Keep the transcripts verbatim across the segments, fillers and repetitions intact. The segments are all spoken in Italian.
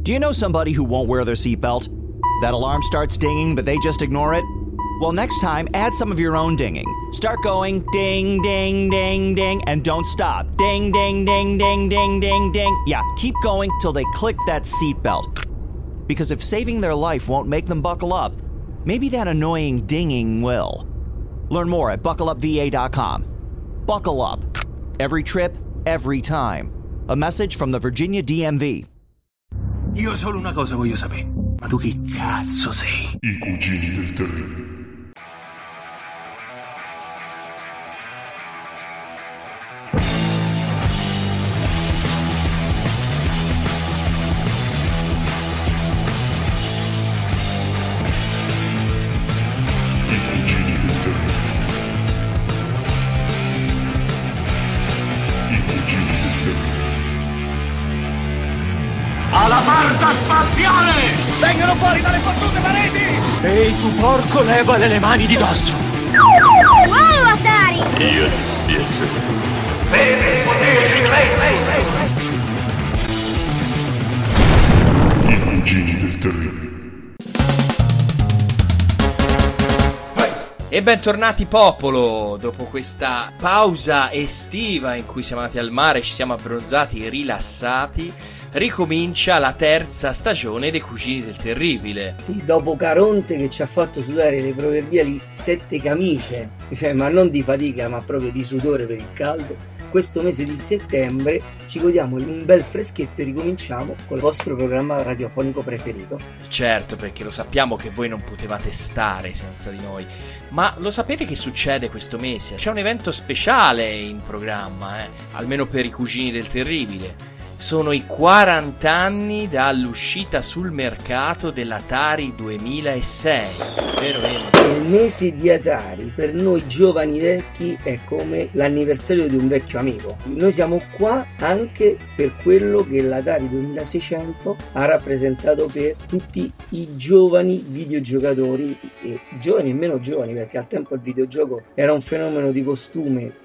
Do you know somebody who won't wear their seatbelt? That alarm starts dinging, but they just ignore it? Well, next time, add some of your own dinging. Start going ding, ding, ding, ding, and don't stop. Ding, ding, ding, ding, ding, ding, ding. Yeah, keep going till they click that seatbelt. Because if saving their life won't make them buckle up, maybe that annoying dinging will. Learn more at buckle up v a dot com. Buckle up. Every trip, every time. A message from the Virginia D M V. Io solo una cosa voglio sapere. Ma tu chi cazzo sei? I cugini del terribile. Alla porta spaziale! Vengono fuori dalle fottute pareti! Ehi, tu porco, levale le mani di dosso! Wow, Atari! Io ti spiego. Bene, poteri racing! I cugini del terribile. E bentornati popolo, dopo questa pausa estiva in cui siamo andati al mare, ci siamo abbronzati, rilassati, ricomincia la terza stagione dei Cugini del Terribile. Sì, dopo Caronte che ci ha fatto sudare le proverbiali sette camicie, cioè, ma non di fatica ma proprio di sudore per il caldo, questo mese di settembre ci godiamo un bel freschetto e ricominciamo con il vostro programma radiofonico preferito. Certo, perché lo sappiamo che voi non potevate stare senza di noi. Ma lo sapete che succede questo mese? C'è un evento speciale in programma, eh? Almeno per i Cugini del Terribile. Sono i quaranta anni dall'uscita sul mercato dell'Atari duemilasei. Vero, vero? Il mese di Atari per noi giovani vecchi è come l'anniversario di un vecchio amico. Noi siamo qua anche per quello che l'Atari duemilaseicento ha rappresentato per tutti i giovani videogiocatori, e giovani e meno giovani, perché al tempo il videogioco era un fenomeno di costume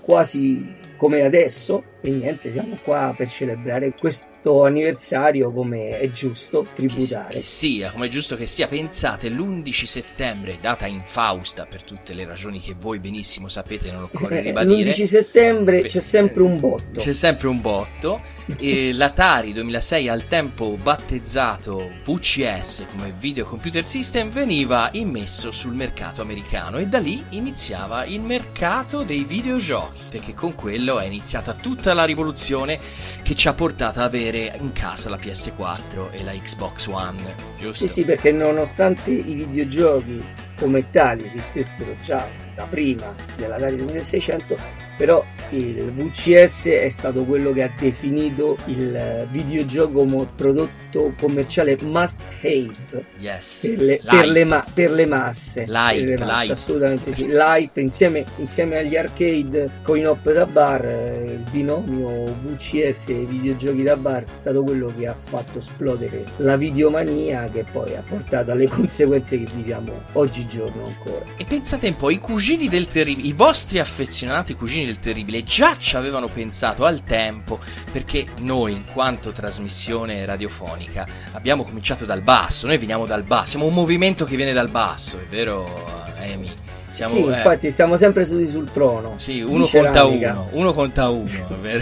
quasi come adesso, e niente, siamo qua per celebrare questo anniversario come è giusto tributare. Che, che sia, come è giusto che sia. Pensate, l'undici settembre, data infausta per tutte le ragioni che voi benissimo sapete, non occorre ribadire. L'undici settembre c'è sempre un botto. C'è sempre un botto. E l'Atari duemilasei, al tempo battezzato V C S come Video Computer System, veniva immesso sul mercato americano, e da lì iniziava il mercato dei videogiochi, perché con quello è iniziata tutta la rivoluzione che ci ha portato ad avere in casa la P S quattro e la Xbox One, giusto? Sì, sì, perché nonostante i videogiochi come tali esistessero già da prima dell'Atari duemilaseicento, però il V C S è stato quello che ha definito il videogioco come prodotto commerciale must have, yes. per, le, per, le ma, per le masse, Light, per le masse light. Assolutamente sì. L'hype insieme, insieme agli arcade coin-op da bar, il binomio V C S e videogiochi da bar è stato quello che ha fatto esplodere la videomania, che poi ha portato alle conseguenze che viviamo oggigiorno ancora. E pensate un po', i Cugini del Terribile, i vostri affezionati Cugini del Terribile già ci avevano pensato al tempo, perché noi, in quanto trasmissione radiofonica, abbiamo cominciato dal basso. Noi veniamo dal basso, siamo un movimento che viene dal basso, è vero, Amy? Siamo, sì, eh, infatti stiamo sempre seduti sul trono. Sì, uno conta uno, uno conta uno, è vero?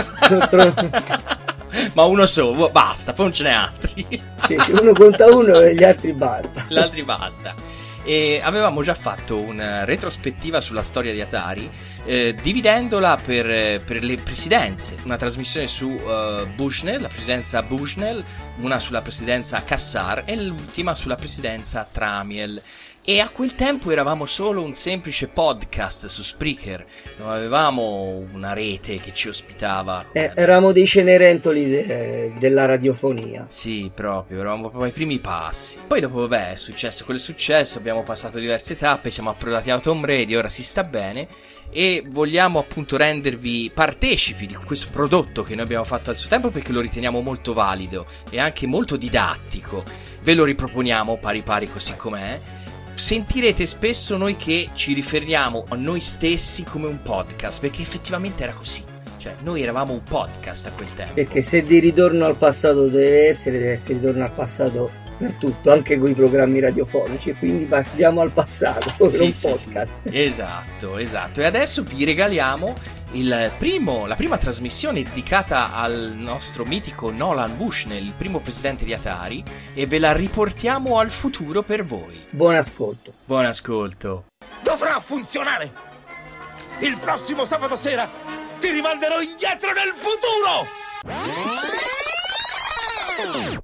Ma uno solo, basta, poi non ce n'è altri. Sì, sì, uno conta uno e gli altri basta. Gli altri basta. E avevamo già fatto una retrospettiva sulla storia di Atari, eh, dividendola per, per le presidenze. Una trasmissione su uh, Bushnell, la presidenza Bushnell, una sulla presidenza Kassar e l'ultima sulla presidenza Tramiel. E a quel tempo eravamo solo un semplice podcast su Spreaker, non avevamo una rete che ci ospitava. Eh, eravamo dei cenerentoli de- della radiofonia. Sì, proprio, eravamo proprio ai primi passi. Poi dopo, vabbè, è successo quello è successo, abbiamo passato diverse tappe, siamo approdati a Tomb Raider, ora si sta bene, e vogliamo appunto rendervi partecipi di questo prodotto che noi abbiamo fatto al suo tempo, perché lo riteniamo molto valido e anche molto didattico. Ve lo riproponiamo pari pari così com'è. Sentirete spesso noi che ci riferiamo a noi stessi come un podcast, perché effettivamente era così. Cioè, noi eravamo un podcast a quel tempo. Perché se di ritorno al passato deve essere, deve essere ritorno al passato per tutto, anche con i programmi radiofonici, e quindi parliamo al passato per sì, un sì, podcast. Sì. Esatto, esatto. E adesso vi regaliamo il primo, la prima trasmissione dedicata al nostro mitico Nolan Bushnell, il primo presidente di Atari, e ve la riportiamo al futuro per voi. Buon ascolto. Buon ascolto. Dovrà funzionare! Il prossimo sabato sera ti rimanderò indietro nel futuro!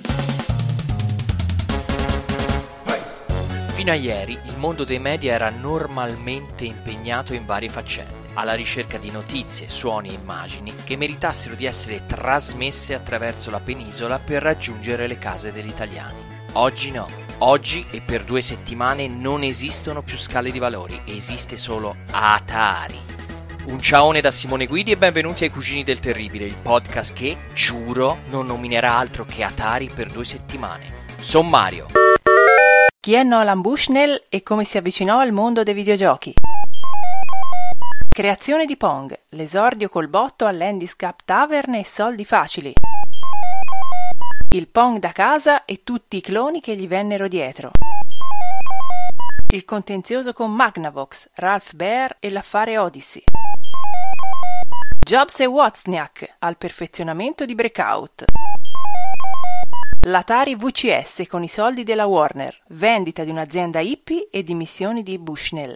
Fino a ieri il mondo dei media era normalmente impegnato in varie faccende, alla ricerca di notizie, suoni e immagini che meritassero di essere trasmesse attraverso la penisola per raggiungere le case degli italiani. Oggi no. Oggi e per due settimane non esistono più scale di valori, esiste solo Atari. Un ciaone da Simone Guidi e benvenuti ai Cugini del Terribile, il podcast che, giuro, non nominerà altro che Atari per due settimane. Son Mario. Chi è Nolan Bushnell e come si avvicinò al mondo dei videogiochi? Creazione di Pong, l'esordio col botto all'Handicap Tavern e soldi facili. Il Pong da casa e tutti i cloni che gli vennero dietro. Il contenzioso con Magnavox, Ralph Baer e l'affare Odyssey. Jobs e Wozniak al perfezionamento di Breakout. L'Atari V C S con i soldi della Warner, vendita di un'azienda hippie e dimissioni di Bushnell.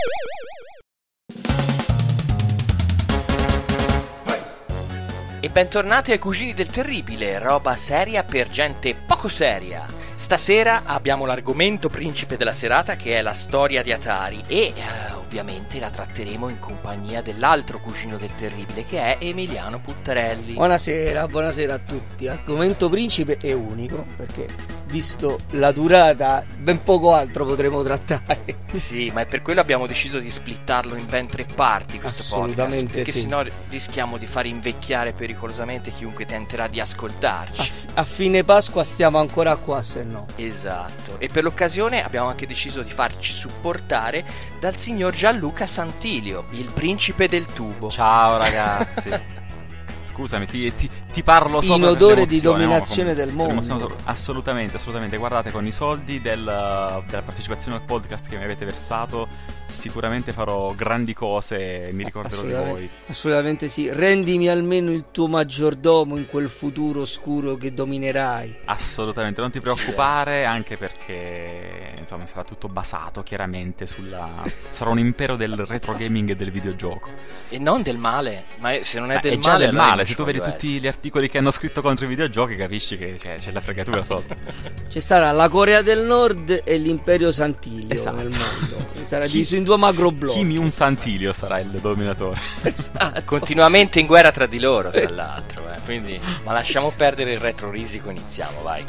E bentornati ai Cugini del Terribile, roba seria per gente poco seria. Stasera abbiamo l'argomento principe della serata, che è la storia di Atari, e eh, ovviamente la tratteremo in compagnia dell'altro Cugino del Terribile, che è Emiliano Puttarelli. Buonasera, buonasera a tutti. Argomento principe e unico, perché visto la durata ben poco altro potremo trattare. Sì, ma è per quello abbiamo deciso di splittarlo in ben tre parti questo Assolutamente podcast, perché sì. sennò rischiamo di far invecchiare pericolosamente chiunque tenterà di ascoltarci. A, f- a fine Pasqua stiamo ancora qua, se no. Esatto, e per l'occasione abbiamo anche deciso di farci supportare dal signor Gianluca Santilio, il principe del tubo. Ciao ragazzi. Scusami, ti, ti, ti parlo sopra in odore di dominazione no? del mondo. Assolutamente, assolutamente. Guardate, con i soldi del, della partecipazione al podcast che mi avete versato, sicuramente farò grandi cose e mi ricorderò di voi. Assolutamente sì. Rendimi almeno il tuo maggiordomo in quel futuro oscuro che dominerai. Assolutamente, non ti preoccupare, anche perché insomma sarà tutto basato chiaramente sulla... sarà un impero del retro gaming e del videogioco. E non del male, ma se non è Beh, del è già male, del male. Se tu vedi essere. tutti gli articoli che hanno scritto contro i videogiochi, capisci che c'è, c'è la fregatura sotto. Ci sarà la Corea del Nord e l'Imperio Santilio, esatto, nel mondo. Sarà Chi... diviso in due macro blocchi. Kim Un Santilio sarà il dominatore. Esatto. Continuamente in guerra tra di loro, tra l'altro, eh. Quindi, ma lasciamo perdere il retro risico, iniziamo, vai.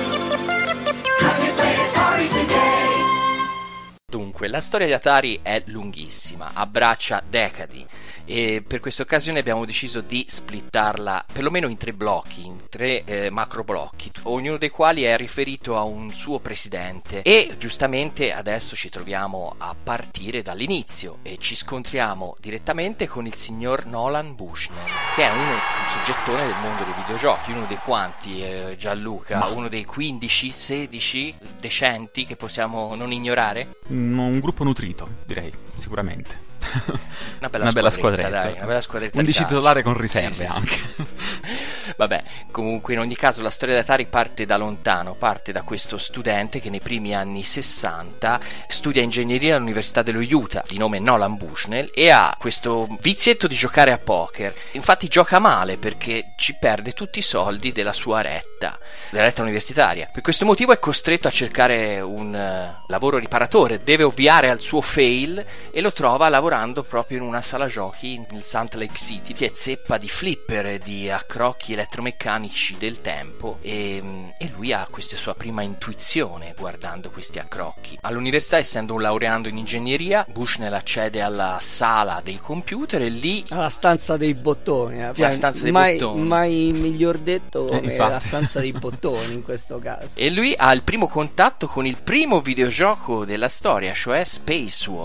Dunque, la storia di Atari è lunghissima, abbraccia decadi, e per questa occasione abbiamo deciso di splittarla perlomeno in tre blocchi, in tre eh, macro blocchi, ognuno dei quali è riferito a un suo presidente, e giustamente adesso ci troviamo a partire dall'inizio e ci scontriamo direttamente con il signor Nolan Bushnell, che è uno, un soggettone del mondo dei videogiochi, uno dei quanti, eh, Gianluca? Ma... uno dei quindici, sedici decenti che possiamo non ignorare? Un gruppo nutrito, direi, sicuramente. Una bella, una bella squadretta, squadretta, dai, una bella squadretta undici titolare con riserve, sì, sì, anche. Sì. Vabbè, comunque in ogni caso la storia di Atari parte da lontano, parte da questo studente che nei primi anni sessanta studia ingegneria all'Università dello Utah, di nome Nolan Bushnell, e ha questo vizietto di giocare a poker. Infatti gioca male perché ci perde tutti i soldi della sua retta, della retta universitaria. Per questo motivo è costretto a cercare un uh, lavoro riparatore, deve ovviare al suo fail e lo trova lavorando proprio in una sala giochi nel Salt Lake City, che è zeppa di flipper e di accrocchi elettromeccanici del tempo, e, e lui ha questa sua prima intuizione guardando questi accrocchi. All'università, essendo un laureando in ingegneria, Bushnell accede alla sala dei computer e lì alla stanza dei bottoni, eh. la stanza dei mai, bottoni mai miglior detto come eh, la stanza dei bottoni in questo caso. E lui ha il primo contatto con il primo videogioco della storia, cioè Space War,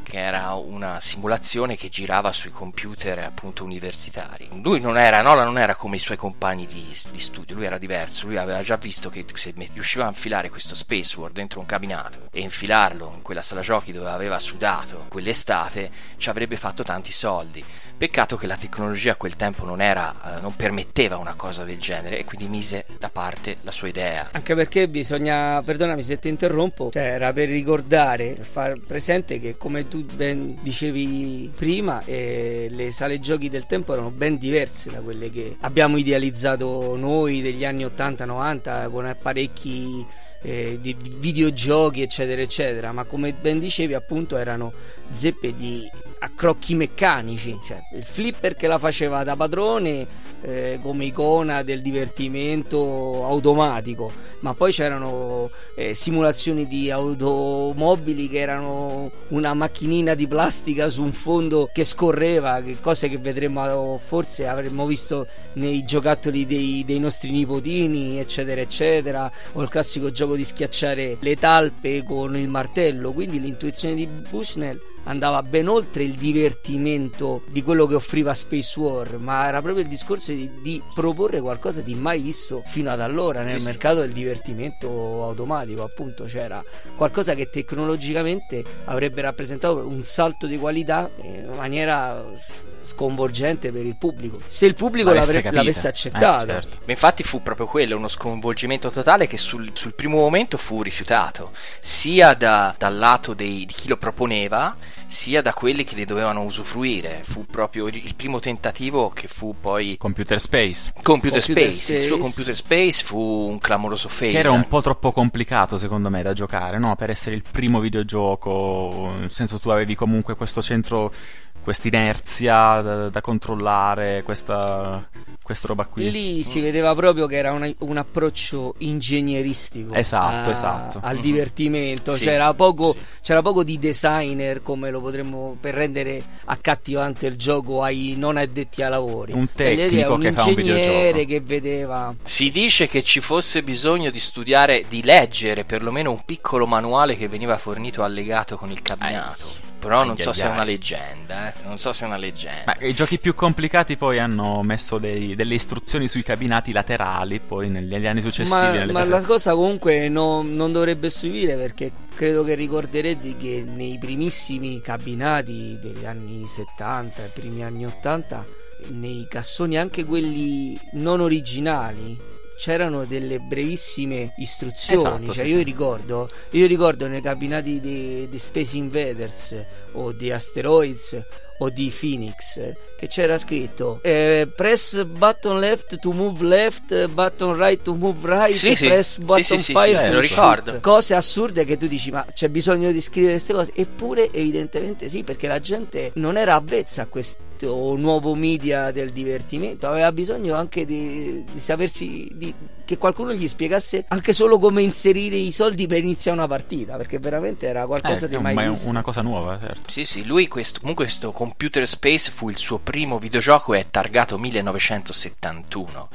che era una simulazione che girava sui computer appunto universitari. Lui non era, Nolan non era come i suoi compagni di, di studio, lui era diverso, lui aveva già visto che se riusciva a infilare questo Space War dentro un cabinato e infilarlo in quella sala giochi dove aveva sudato quell'estate, ci avrebbe fatto tanti soldi. Peccato che la tecnologia a quel tempo non era, eh, non permetteva una cosa del genere, e quindi mise da parte la sua idea. Anche perché bisogna, perdonami se ti interrompo, cioè era per ricordare, per far presente che, come tu ben dicevi prima, eh, le sale giochi del tempo erano ben diverse da quelle che abbiamo idealizzato noi degli anni ottanta novanta con apparecchi eh, di videogiochi eccetera eccetera, ma come ben dicevi appunto erano zeppe di accrocchi meccanici, cioè il flipper che la faceva da padrone eh, come icona del divertimento automatico, ma poi c'erano eh, simulazioni di automobili che erano una macchinina di plastica su un fondo che scorreva, che cose che vedremo, forse avremmo visto nei giocattoli dei, dei nostri nipotini eccetera eccetera, o il classico gioco di schiacciare le talpe con il martello. Quindi l'intuizione di Bushnell andava ben oltre il divertimento di quello che offriva Space War, ma era proprio il discorso di, di proporre qualcosa di mai visto fino ad allora nel sì, mercato sì. del divertimento automatico. Appunto c'era qualcosa che tecnologicamente avrebbe rappresentato un salto di qualità in maniera sconvolgente per il pubblico, se il pubblico l'avesse, l'avesse accettato. Eh, certo. Ma infatti fu proprio quello, uno sconvolgimento totale che sul, sul primo momento fu rifiutato, sia da, dal lato dei, di chi lo proponeva, sia da quelli che ne dovevano usufruire. Fu proprio il primo tentativo, che fu poi Computer Space. Computer, Computer Space. Space. Il suo Computer Space fu un clamoroso fail. Che era un po' troppo complicato secondo me da giocare, no? Per essere il primo videogioco, nel senso, tu avevi comunque questo centro, questa inerzia da, da controllare, questa, questa roba qui. Lì si vedeva proprio che era una, un approccio ingegneristico, esatto, a, esatto. al divertimento. Sì, c'era, poco, sì. c'era poco di designer, come lo potremmo, per rendere accattivante il gioco ai non addetti ai lavori. Un tecnico un che fa un videogioco, che vedeva. Si dice che ci fosse bisogno di studiare, di leggere perlomeno un piccolo manuale che veniva fornito allegato con il cabinato. Eh. Però non so se è una leggenda, eh? Non so se è una leggenda. Ma i giochi più complicati poi hanno messo dei, delle istruzioni sui cabinati laterali poi negli anni successivi. Ma, nelle ma la cosa comunque no, non dovrebbe stupire, perché credo che ricorderete che nei primissimi cabinati degli anni settanta, primi anni ottanta, nei cassoni, anche quelli non originali, c'erano delle brevissime istruzioni. Esatto, cioè sì, io sì. ricordo io ricordo nei cabinati di, di Space Invaders o di Asteroids o di Phoenix che c'era scritto eh, press button left to move left, button right to move right, sì, sì. press button sì, sì, fire sì, to lo ricordo. shoot. Cose assurde che tu dici, ma c'è bisogno di scrivere queste cose? Eppure evidentemente sì, perché la gente non era avvezza a questo nuovo media del divertimento, aveva bisogno anche di, di sapersi, di, che qualcuno gli spiegasse anche solo come inserire i soldi per iniziare una partita, perché veramente era qualcosa eh, di mai ma visto. Una cosa nuova, certo. Sì, sì, lui questo, comunque questo Computer Space fu il suo primo videogioco, è targato millenovecentosettantuno.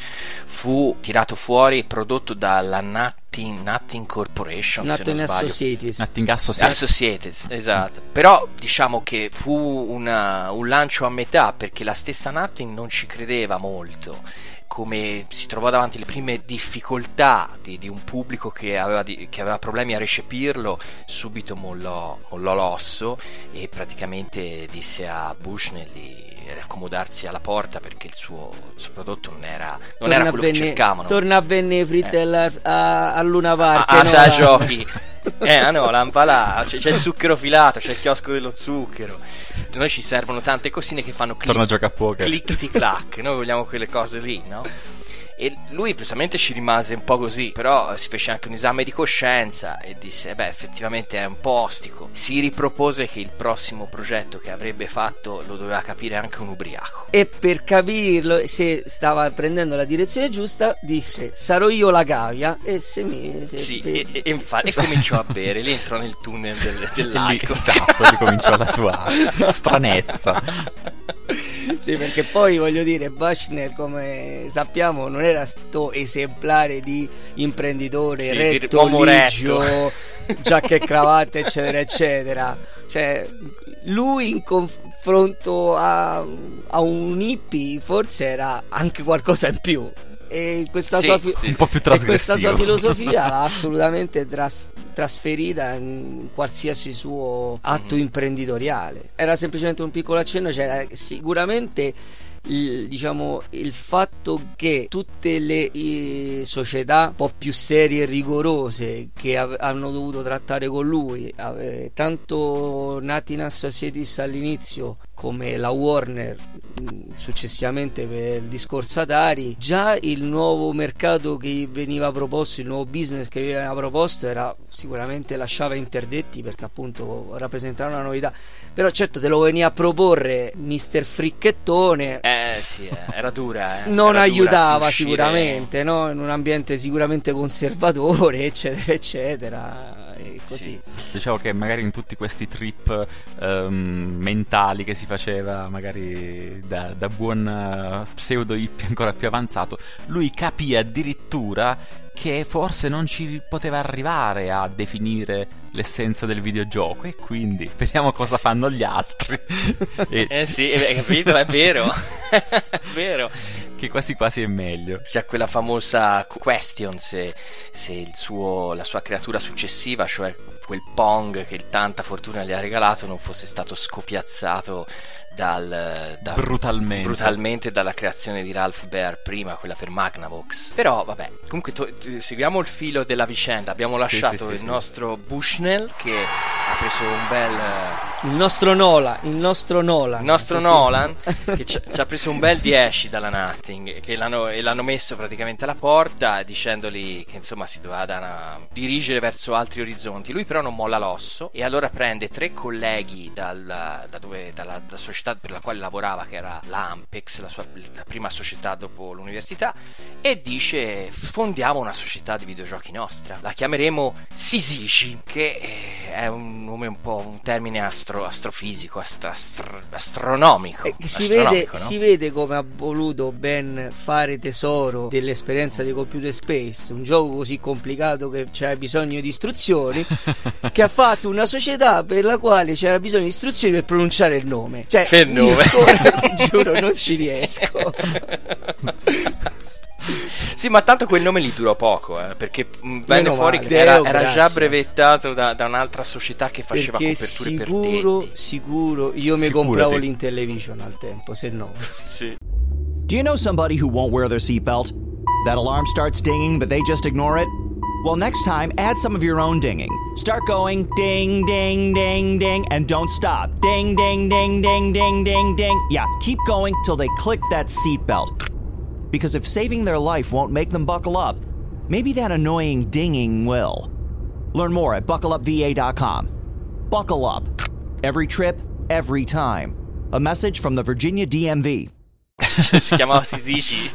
Fu tirato fuori e prodotto dalla Nutting, Nutting Corporation, Nutting Associates. Nutting Associates. Associates, esatto. Però diciamo che fu una, un lancio a metà, perché la stessa Nutting non ci credeva molto. Come si trovò davanti alle prime difficoltà di, di un pubblico che aveva, di, che aveva problemi a recepirlo, subito mollò, mollò l'osso e praticamente disse a Bushnell di accomodarsi alla porta, perché il suo, il suo prodotto non era, non era quello venne, che cercavano. Torna a Vennefrittel eh. a, a Luna Park, a, a no? sa giochi eh ah no, Lampalà, c'è, c'è il zucchero filato, c'è il chiosco dello zucchero. Noi ci servono tante cosine che fanno clic, torna a giocare a poker, clic clac, noi vogliamo quelle cose lì, no? E lui giustamente ci rimase un po' così, però si fece anche un esame di coscienza e disse beh, effettivamente è un po' ostico. Si ripropose che il prossimo progetto che avrebbe fatto lo doveva capire anche un ubriaco, e per capirlo, se stava prendendo la direzione giusta, disse sarò io la cavia, e se mi se sì, e, e, infatti, e cominciò a bere. Lì entrò nel tunnel del, del lago. Esatto, ricominciò la sua stranezza. Sì, perché poi voglio dire, Bushnell, come sappiamo, non era sto esemplare di imprenditore, sì, retto, ligio, giacca e cravatta eccetera eccetera. Cioè lui in confronto a, a un hippie forse era anche qualcosa in più, e questa sì, sua fi- sì. un po' più e trasgressivo. questa sua filosofia l'ha assolutamente tras- trasferita in qualsiasi suo atto Mm-hmm. imprenditoriale. Era semplicemente un piccolo accenno, c'era sicuramente il, diciamo, il fatto che tutte le eh, società un po' più serie e rigorose che av- hanno dovuto trattare con lui, ave- tanto Nothing Associates all'inizio come la Warner mh, successivamente per il discorso Atari, già il nuovo mercato che veniva proposto, il nuovo business che veniva proposto era sicuramente lasciava interdetti, perché appunto rappresentava una novità. Però certo te lo veniva a proporre mister Fricchettone, Eh sì, eh, era dura, eh. non Era aiutava dura uscire- sicuramente, no? In un ambiente sicuramente conservatore, eccetera eccetera, e così. Dicevo che magari in tutti questi trip ehm, mentali che si faceva magari da, da buon eh, pseudo hippie ancora più avanzato, lui capì addirittura che forse non ci poteva arrivare a definire l'essenza del videogioco, e quindi vediamo cosa fanno gli altri. E Eh sì, hai capito? È vero. È vero. che quasi quasi è meglio. C'è quella famosa question se, se il suo, la sua creatura successiva, cioè quel Pong che tanta fortuna gli ha regalato, non fosse stato scopiazzato dal, da, brutalmente. brutalmente dalla creazione di Ralph Baer prima, quella per Magnavox. Però vabbè, comunque to- seguiamo il filo della vicenda. Abbiamo lasciato sì, sì, il sì. nostro Bushnell che ha preso un bel Il nostro Nolan, il nostro Nolan, il nostro così. Nolan che ci, ci ha preso un bel dieci dalla Nutting, che l'hanno, e l'hanno messo praticamente alla porta dicendogli che insomma si doveva da una, dirigere verso altri orizzonti. Lui però non molla l'osso, e allora prende tre colleghi dal, da dove, dalla, dalla società per la quale lavorava, che era la Ampex, la, sua, la prima società dopo l'università, e dice: fondiamo una società di videogiochi nostra, la chiameremo Sisici, che è un nome un po' un termine astro, astrofisico, astra, astro, astronomico, Eh, si, astronomico, vede, no? si vede come ha voluto Ben fare tesoro dell'esperienza di Computer Space, un gioco così complicato che c'era bisogno di istruzioni, che ha fatto una società per la quale c'era bisogno di istruzioni per pronunciare il nome. Cioè, Che nome? io ancora, giuro, non ci riesco. Sì, ma tanto quel nome lì durò poco, eh, perché mh, venne Meno fuori male. che era, Deo era già gracias. brevettato da, da un'altra società che faceva Perché coperture per sicuro, tetti. sicuro io mi Figurati. compravo l'Intellivision al tempo, se no. Sì. Do you know somebody who won't wear their seatbelt? That alarm starts dinging, but they just ignore it? Well, next time, add some of your own dinging. Start going ding, ding, ding, ding, and don't stop. Ding, ding, ding, ding, ding, ding, ding. Yeah, keep going till they click that seatbelt. Because if saving their life won't make them buckle up, maybe that annoying dinging will. Learn more at buckle up v a dot com. Buckle up. Every trip, every time. A message from the Virginia D M V. Si chiamava Sisici.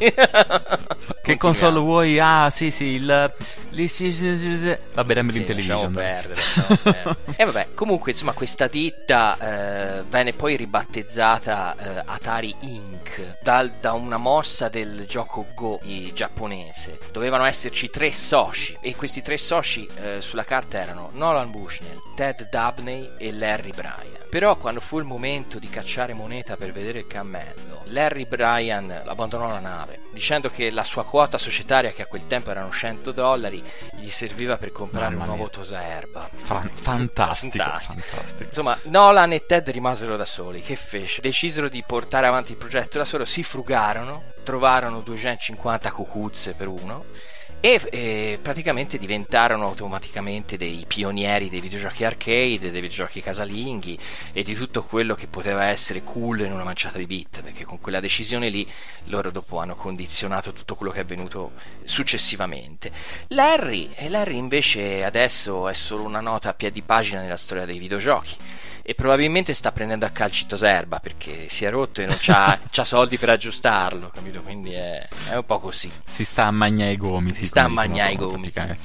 Che console vuoi? Ah, sì, sì, il... Lì, sì, sì, sì, sì. Vabbè, dammi Sì, l'Intellivision. lasciamo dai. perdere, lasciamo perdere. E vabbè, comunque insomma questa ditta eh, venne poi ribattezzata eh, Atari Incorporated dal, da una mossa del gioco Go i giapponese. Dovevano esserci tre soci, e questi tre soci eh, sulla carta erano Nolan Bushnell, Ted Dabney e Larry Bryan. Però quando fu il momento di cacciare moneta per vedere il cammello, Larry Bryan abbandonò la nave, dicendo che la sua quota societaria, che a quel tempo erano cento dollari, gli serviva per comprare Mamma un nuovo mia. tosaerba. Fa- fantastico, Fantastico. fantastico. Insomma, Nolan e Ted rimasero da soli. Che fece? Decisero di portare avanti il progetto da solo, si frugarono, trovarono duecentocinquanta cucuzze per uno e, e praticamente diventarono automaticamente dei pionieri dei videogiochi arcade, dei videogiochi casalinghi e di tutto quello che poteva essere cool in una manciata di bit, perché con quella decisione lì loro dopo hanno condizionato tutto quello che è venuto successivamente. Larry, e Larry invece adesso è solo una nota a piedi pagina nella storia dei videogiochi, e probabilmente sta prendendo a calci toserba perché si è rotto e non c'ha, c'ha soldi per aggiustarlo, capito? Quindi è, è un po' così. Si sta a mangiare i gomiti. Si sta a come dicono mangiare i loro, gomiti. praticamente.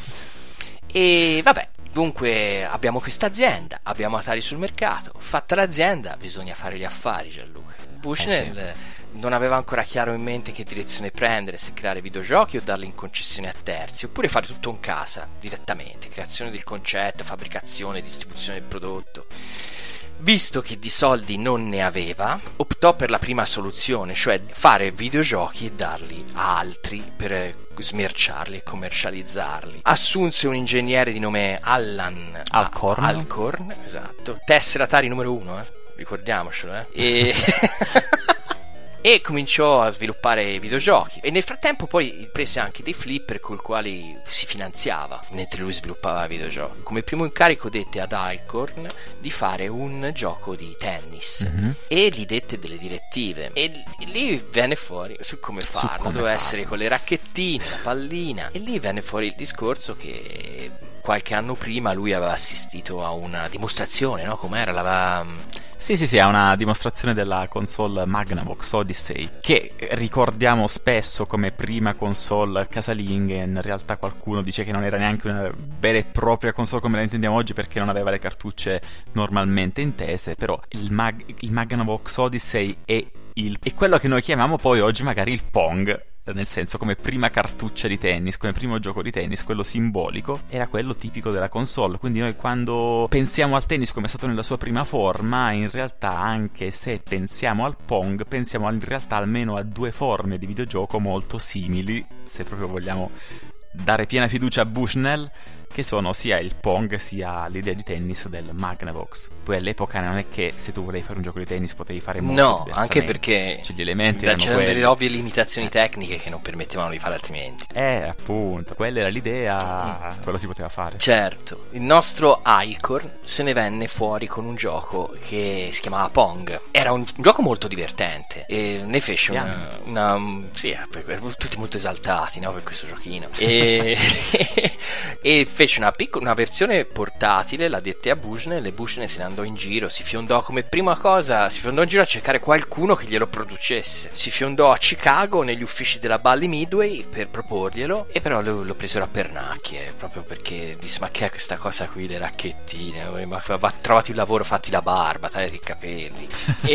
E vabbè, dunque abbiamo questa azienda, abbiamo Atari sul mercato. Fatta l'azienda bisogna fare gli affari, Gianluca. Bushnell Eh non aveva ancora chiaro in mente che direzione prendere, se creare videogiochi o darli in concessione a terzi, oppure fare tutto in casa direttamente, creazione del concetto, fabbricazione, distribuzione del prodotto. Visto che di soldi non ne aveva, optò per la prima soluzione, cioè fare videogiochi e darli a altri per smerciarli e commercializzarli. Assunse un ingegnere di nome Allan Alcorn, Alcorn esatto, tessera Atari numero uno, eh? ricordiamocelo, eh? e... e cominciò a sviluppare videogiochi, e nel frattempo poi prese anche dei flipper col quali si finanziava mentre lui sviluppava videogiochi. Come primo incarico dette ad Alcorn di fare un gioco di tennis, mm-hmm. e gli dette delle direttive, e lì venne fuori su come farlo, su come doveva farlo. essere con le racchettine, la pallina, e lì venne fuori il discorso che qualche anno prima lui aveva assistito a una dimostrazione, no? Com'era? L'aveva... Sì, sì, sì, è una dimostrazione della console Magnavox Odyssey, che ricordiamo spesso come prima console casalinga. In realtà qualcuno dice che non era neanche una vera e propria console come la intendiamo oggi, perché non aveva le cartucce normalmente intese, però il, Mag- il Magnavox Odyssey è, il- è quello che noi chiamiamo poi oggi magari il Pong, nel senso, come prima cartuccia di tennis, come primo gioco di tennis, quello simbolico, era quello tipico della console. Quindi noi quando pensiamo al tennis come è stato nella sua prima forma, in realtà, anche se pensiamo al Pong, pensiamo in realtà almeno a due forme di videogioco molto simili, se proprio vogliamo dare piena fiducia a Bushnell, che sono sia il Pong sia l'idea di tennis del Magnavox. Poi all'epoca non è che se tu volevi fare un gioco di tennis potevi fare molto no, diversamente. Anche perché cioè, gli elementi c'erano erano quelli. delle ovvie limitazioni tecniche che non permettevano di fare altrimenti. Eh, appunto, quella era l'idea, mm. quello si poteva fare. Certo, il nostro Alcorn se ne venne fuori con un gioco che si chiamava Pong. Era un, un gioco molto divertente e ne fece una, una sì, tutti molto esaltati, no, per questo giochino. E, e fece una piccola una versione portatile, la dette a Bushnell, e Bushnell se ne andò in giro, si fiondò come prima cosa, si fiondò in giro a cercare qualcuno che glielo producesse. Si fiondò a Chicago negli uffici della Bally Midway per proporglielo, e però lo, lo presero a pernacchie, proprio perché disse: ma che è questa cosa qui, le racchettine, ma va, trovati un lavoro, fatti la barba, tagliati i capelli.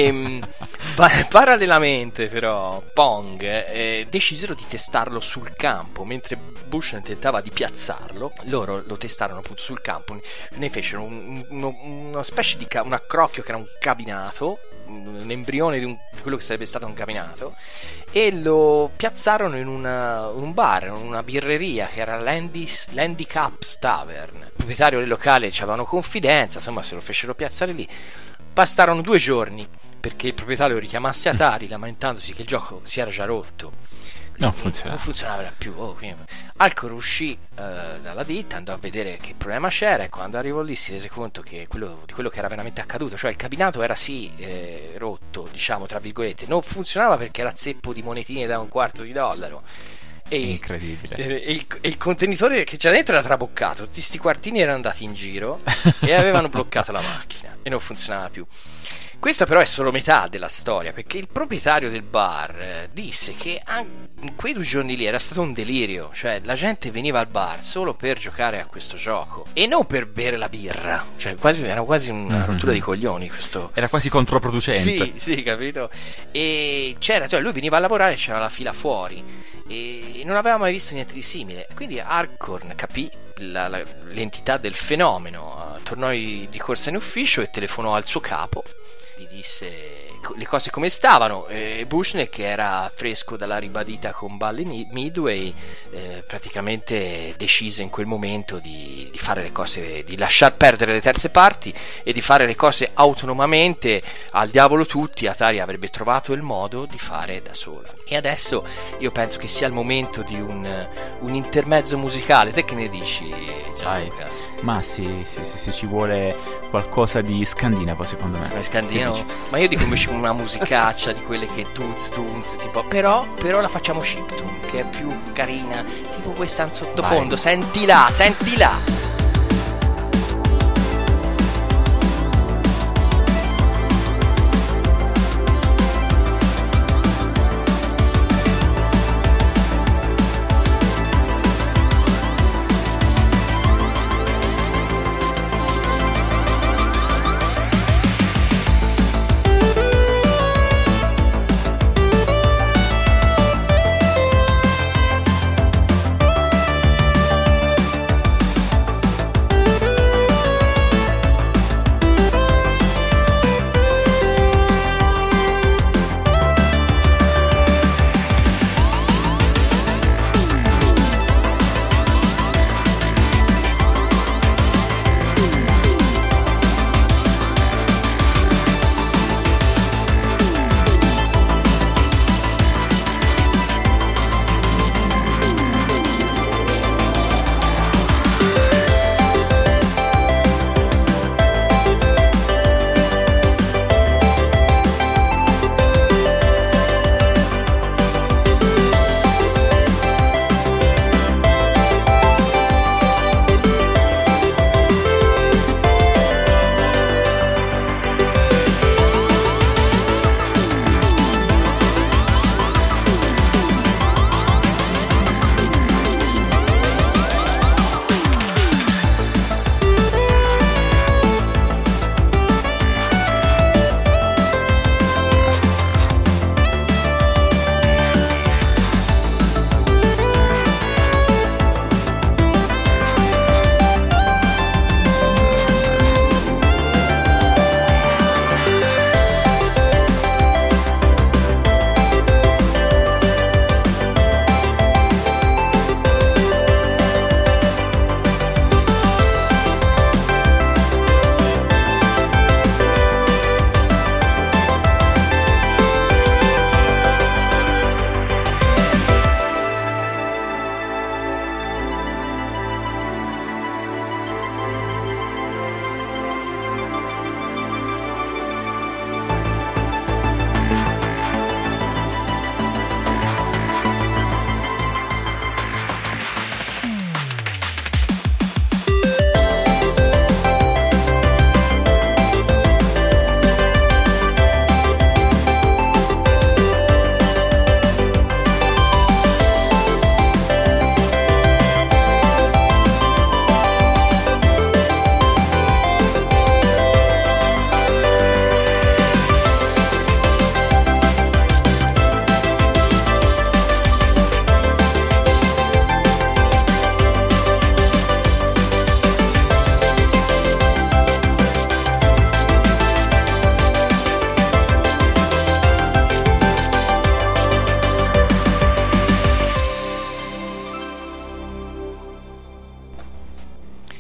E pa- parallelamente però Pong eh, decisero di testarlo sul campo. Mentre Bushnell tentava di piazzarlo, loro lo testarono appunto sul campo, ne fecero un, uno, una specie di ca- un accrocchio che era un cabinato, un embrione di, un, di quello che sarebbe stato un cabinato, e lo piazzarono in una, un bar, in una birreria che era l'Andy's, l'Handicap's Tavern. Il proprietario del locale ci avevano confidenza, insomma se lo fecero piazzare lì. Bastarono due giorni perché il proprietario richiamasse Atari lamentandosi che il gioco si era già rotto. Non funzionava. Non funzionava più. Oh, Alcorn uscì uh, dalla ditta, andò a vedere che problema c'era, e quando arrivò lì si rese conto che quello, di quello che era veramente accaduto. Cioè il cabinato era sì eh, rotto, diciamo tra virgolette, non funzionava perché era zeppo di monetine da un quarto di dollaro. E incredibile. E, e, il, e il contenitore che c'era dentro era traboccato, tutti sti quartini erano andati in giro e avevano bloccato la macchina e non funzionava più. Questa però è solo metà della storia, perché il proprietario del bar eh, disse che in quei due giorni lì era stato un delirio, cioè la gente veniva al bar solo per giocare a questo gioco e non per bere la birra, cioè quasi, era quasi una mm-hmm. rottura di coglioni questo. Era quasi controproducente. Sì, sì, capito? E c'era, cioè lui veniva a lavorare e c'era la fila fuori e non aveva mai visto niente di simile, quindi Alcorn capì la, la, l'entità del fenomeno, uh, tornò di corsa in ufficio e telefonò al suo capo, gli disse le cose come stavano, e Bushnell, che era fresco dalla ribadita con Bally Midway, eh, praticamente decise in quel momento di, di fare le cose, di lasciar perdere le terze parti e di fare le cose autonomamente. Al diavolo tutti, Atari avrebbe trovato il modo di fare da sola. E adesso io penso che sia il momento di un, un intermezzo musicale. Te che ne dici, Gianluca? Ma sì, sì, sì, sì, ci vuole qualcosa di scandinavo, secondo me. Scandinavo? Ma io dico invece una musicaccia di quelle che dunz dunz tipo, però, però la facciamo chiptune, che è più carina, tipo questa in sottofondo. Vai. Senti là, senti là.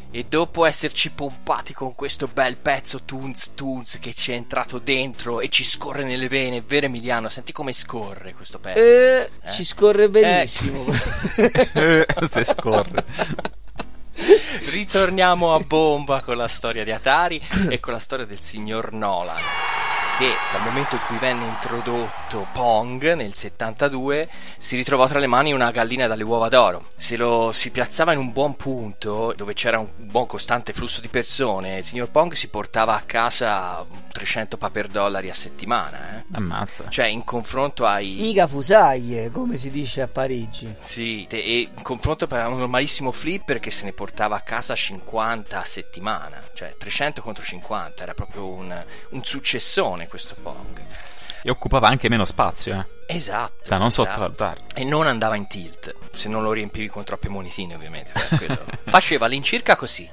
E dopo esserci pompati con questo bel pezzo Toons Toons che ci è entrato dentro e ci scorre nelle vene, vero Emiliano? Senti come scorre questo pezzo. Eh, eh? Ci scorre benissimo. Eh. Se scorre. Ritorniamo a bomba con la storia di Atari e con la storia del signor Nolan, che dal momento in cui venne introdotto Pong nel settantadue si ritrovò tra le mani una gallina dalle uova d'oro. Se lo si piazzava in un buon punto dove c'era un buon costante flusso di persone, il signor Pong si portava a casa trecento paper dollari a settimana, eh? Ammazza. Cioè in confronto ai Mica fusaglie, come si dice a Parigi. Sì, e in confronto a un normalissimo flipper che se ne portava a casa cinquanta a settimana, cioè trecento contro cinquanta, era proprio un, un successone questo Pong. E occupava anche meno spazio, eh. Esatto. Da non esatto. sottovalutare. E non andava in tilt, se non lo riempivi con troppe monetine, ovviamente. Quello. Faceva all'incirca così.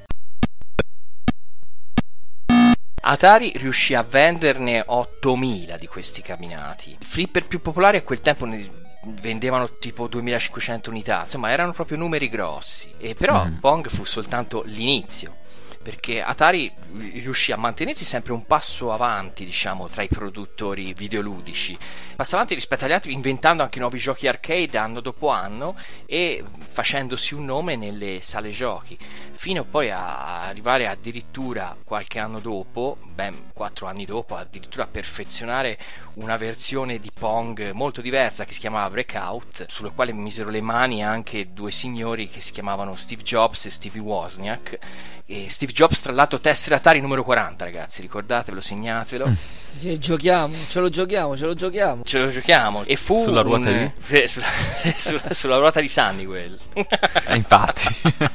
Atari riuscì a venderne ottomila di questi cabinati. I flipper più popolari a quel tempo ne vendevano tipo duemilacinquecento unità, insomma erano proprio numeri grossi. E però mm. Pong fu soltanto l'inizio, perché Atari riuscì a mantenersi sempre un passo avanti, diciamo, tra i produttori videoludici. Passo avanti rispetto agli altri, inventando anche nuovi giochi arcade anno dopo anno e facendosi un nome nelle sale giochi, fino poi a arrivare addirittura qualche anno dopo, ben quattro anni dopo, addirittura a perfezionare una versione di Pong molto diversa che si chiamava Breakout, sulla quale misero le mani anche due signori che si chiamavano Steve Jobs e Stevie Wozniak. E Steve Jobs, tra l'altro, tessera Atari numero quaranta, ragazzi, ricordatevelo, segnatevelo. Ce giochiamo, ce lo giochiamo, ce lo giochiamo. Ce lo giochiamo. E fu sulla ruota un... di? Eh, sulla, sulla, sulla ruota di Sunnyvale. Eh, infatti.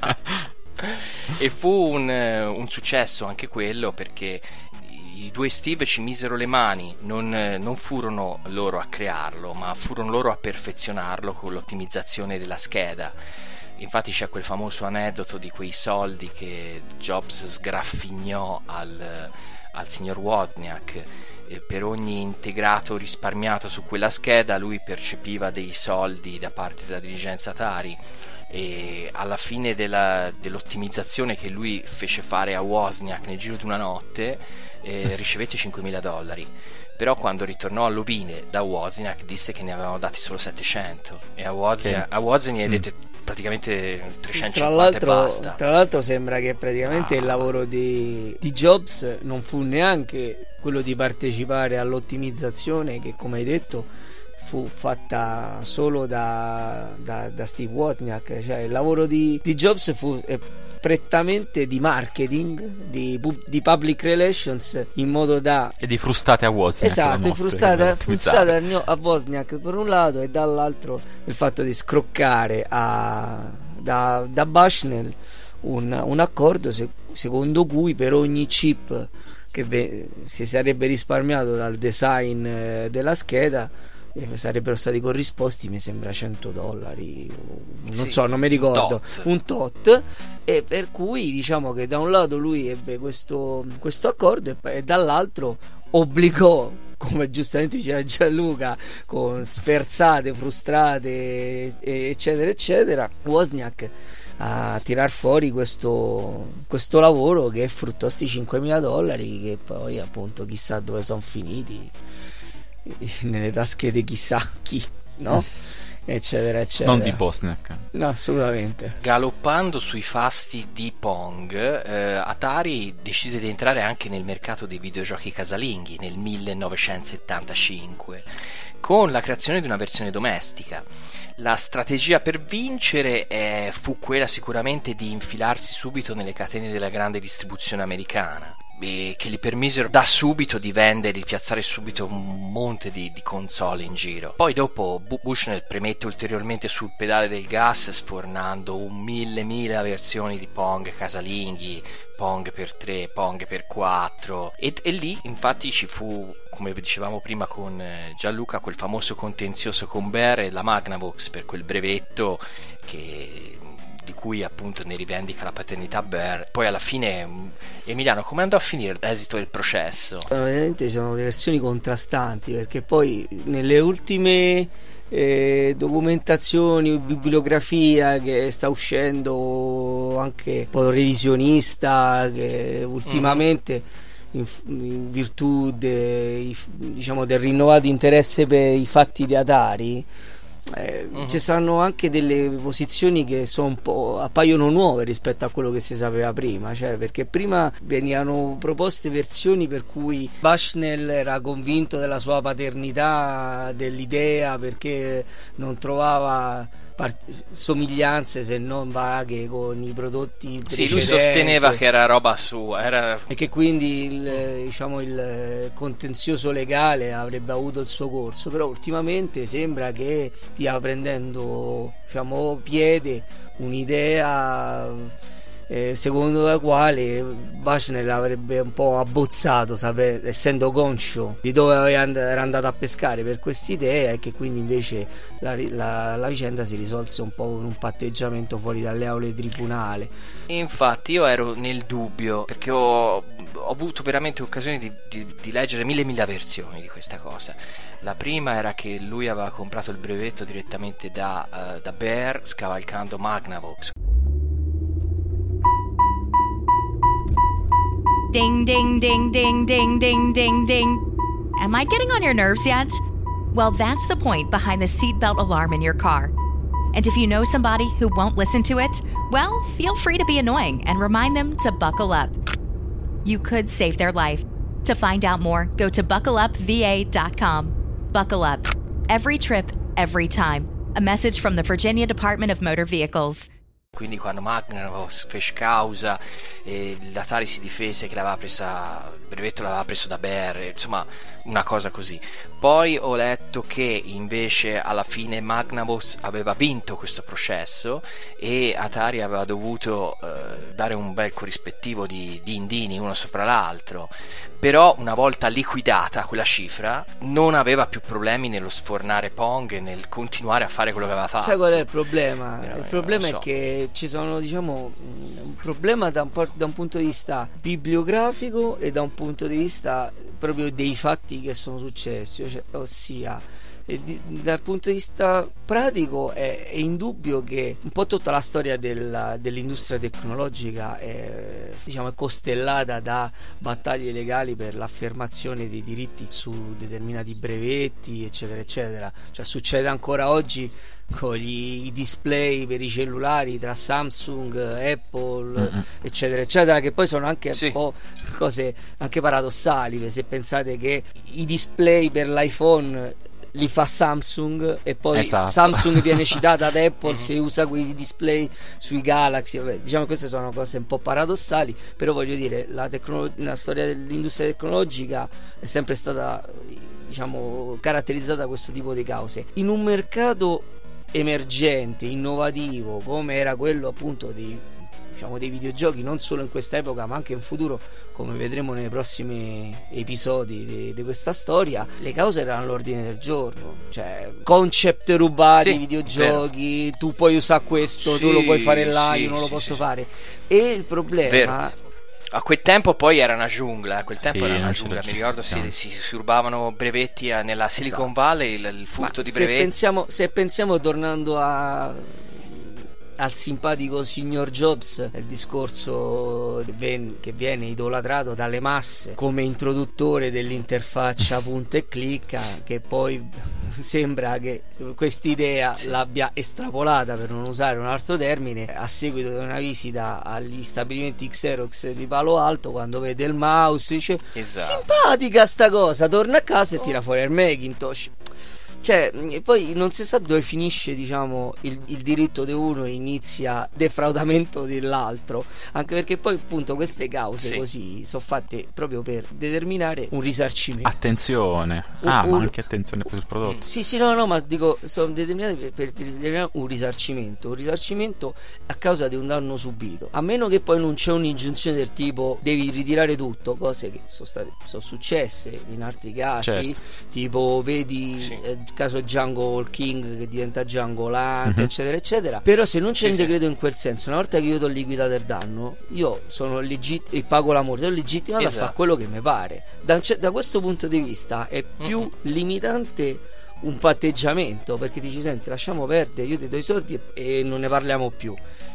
E fu un, un successo anche quello, perché i due Steve ci misero le mani, non, non furono loro a crearlo, ma furono loro a perfezionarlo con l'ottimizzazione della scheda. Infatti c'è quel famoso aneddoto di quei soldi che Jobs sgraffignò al, al signor Wozniak. E per ogni integrato risparmiato su quella scheda lui percepiva dei soldi da parte della dirigenza Atari, e alla fine della, dell'ottimizzazione che lui fece fare a Wozniak nel giro di una notte eh, ricevette cinquemila dollari. Però quando ritornò all'ovine da Wozniak disse che ne avevano dati solo settecento, e a Wozniak, okay. a Wozniak mm. dette praticamente trecentocinquanta tra l'altro, e basta. Tra l'altro sembra che praticamente ah. il lavoro di, di Jobs non fu neanche quello di partecipare all'ottimizzazione, che come hai detto fu fatta solo da, da, da Steve Wozniak. Cioè il lavoro di, di Jobs fu eh, prettamente di marketing, di, di public relations, in modo da e di frustate a Wozniak. Esatto, di frustate, frustate a Wozniak per un lato, e dall'altro il fatto di scroccare a, da, da Bushnell un, un accordo se, secondo cui per ogni chip che ve, si sarebbe risparmiato dal design eh, della scheda eh, sarebbero stati corrisposti, mi sembra, cento dollari, non sì, so, non mi ricordo, un tot. un tot, e per cui diciamo che da un lato lui ebbe questo, questo accordo, e, e dall'altro obbligò, come giustamente diceva Gianluca, con sferzate, frustrate eccetera eccetera, Wozniak a tirar fuori questo, questo lavoro che fruttò sti cinquemila dollari, che poi appunto chissà dove sono finiti, nelle tasche di chissà chi, no? eccetera eccetera. Non di Wozniak. No, assolutamente. Galoppando sui fasti di Pong, eh, Atari decise di entrare anche nel mercato dei videogiochi casalinghi nel millenovecentosettantacinque con la creazione di una versione domestica. La strategia per vincere eh, fu quella sicuramente di infilarsi subito nelle catene della grande distribuzione americana, che gli permisero da subito di vendere, di piazzare subito un monte di, di console in giro. Poi dopo Bushnell premette ulteriormente sul pedale del gas, sfornando un mille mila versioni di Pong casalinghi, Pong per tre, Pong per quattro, e, e lì infatti ci fu, come dicevamo prima con Gianluca, quel famoso contenzioso con Bear e la Magnavox per quel brevetto che di cui appunto ne rivendica la paternità Bear. Poi alla fine, Emiliano, come andò a finire l'esito del processo? Ovviamente ci sono delle versioni contrastanti, perché poi nelle ultime eh, documentazioni, bibliografia che sta uscendo anche un po' revisionista, che ultimamente in, in virtù de, diciamo, del rinnovato interesse per i fatti di Atari, Eh, uh-huh. ci saranno anche delle posizioni che sono un po' appaiono nuove rispetto a quello che si sapeva prima, cioè perché prima venivano proposte versioni per cui Bushnell era convinto della sua paternità dell'idea perché non trovava part- somiglianze se non vaghe con i prodotti precedenti. Sì, lui sosteneva che era roba sua, era... e che quindi il, diciamo, il contenzioso legale avrebbe avuto il suo corso, però ultimamente sembra che stia prendendo, diciamo, piede un'idea eh, secondo la quale Bushnell avrebbe un po' abbozzato, sape- essendo conscio di dove and- era andato a pescare per quest'idea, e che quindi invece la, la, la vicenda si risolse un po' con un patteggiamento fuori dalle aule di tribunale. Infatti io ero nel dubbio, perché ho, ho avuto veramente occasione di, di, di leggere mille mille versioni di questa cosa. La prima era che lui aveva comprato il brevetto direttamente da, uh, da Bear, scavalcando Magnavox. Ding, ding, ding, ding, ding, ding, ding, ding. Am I getting on your nerves yet? Well, that's the point behind the seatbelt alarm in your car. And if you know somebody who won't listen to it, well, feel free to be annoying and remind them to buckle up. You could save their life. To find out more, go to buckle up v a dot com. Buckle up. Every trip, every time. A message from the Virginia Department of Motor Vehicles. Quindi quando Magnavox fece causa e l'Atari si difese che l'aveva presa, il brevetto l'aveva preso da Bear, insomma una cosa così. Poi ho letto che invece alla fine Magnavox aveva vinto questo processo e Atari aveva dovuto eh, dare un bel corrispettivo di, di indini uno sopra l'altro, però una volta liquidata quella cifra non aveva più problemi nello sfornare Pong e nel continuare a fare quello che aveva fatto. Sai qual è il problema? Eh, il problema so. è che ci sono, diciamo, un problema da un, po- da un punto di vista bibliografico e da un punto di vista proprio dei fatti che sono successi, cioè, ossia di, dal punto di vista pratico è, è indubbio che un po' tutta la storia della, dell'industria tecnologica è, diciamo, è costellata da battaglie legali per l'affermazione dei diritti su determinati brevetti, eccetera eccetera. Cioè succede ancora oggi con gli, i display per i cellulari tra Samsung, Apple, mm-hmm. eccetera eccetera, che poi sono anche sì. un po' cose anche paradossali, se pensate che i display per l'iPhone li fa Samsung e poi esatto. Samsung viene citata ad Apple se usa quei display sui Galaxy. Vabbè, diciamo queste sono cose un po' paradossali, però voglio dire, la, tecno- la storia dell'industria tecnologica è sempre stata, diciamo, caratterizzata da questo tipo di cause. In un mercato emergente, innovativo come era quello appunto dei, diciamo, dei videogiochi, non solo in questa epoca ma anche in futuro, come vedremo nei prossimi episodi di, di questa storia, le cause erano all'ordine del giorno, cioè concept rubati, sì, videogiochi, vero. Tu puoi usare questo, sì, tu lo puoi fare là, sì, io non lo sì, posso sì. fare. E il problema vero. A quel tempo poi era una giungla, a quel tempo sì, era una giungla, mi ricordo si, si, si rubavano brevetti a, nella Silicon esatto. Valley, il, il furto Ma di brevetti. Se pensiamo, se pensiamo tornando a, al simpatico signor Jobs, il discorso che viene, che viene idolatrato dalle masse come introduttore dell'interfaccia punta e clicca, che poi sembra che quest'idea l'abbia estrapolata, per non usare un altro termine, a seguito di una visita agli stabilimenti Xerox di Palo Alto, quando vede il mouse dice esatto. simpatica sta cosa, torna a casa e tira fuori il Macintosh. Cioè, e poi non si sa dove finisce, diciamo, il, il diritto di uno e inizia defraudamento dell'altro, anche perché poi appunto queste cause sì. così sono fatte proprio per determinare un risarcimento. Attenzione, un, ah un, ma anche attenzione sul prodotto. Sì sì no no ma dico, sono determinate per, per determinare un risarcimento, un risarcimento a causa di un danno subito, a meno che poi non c'è un'ingiunzione del tipo devi ritirare tutto, cose che sono state sono successe in altri casi, certo. tipo vedi sì. eh, caso Django King che diventa Django Land, mm-hmm. eccetera eccetera. Però se non c'è sì, un decreto sì. in quel senso, una volta che io ho liquidato il danno, io sono legittimo e pago la multa, sono legittimato esatto. a fare quello che mi pare. Da, da questo punto di vista è più mm-hmm. limitante un patteggiamento, perché dici senti lasciamo perdere, io ti do i soldi e, e non ne parliamo più,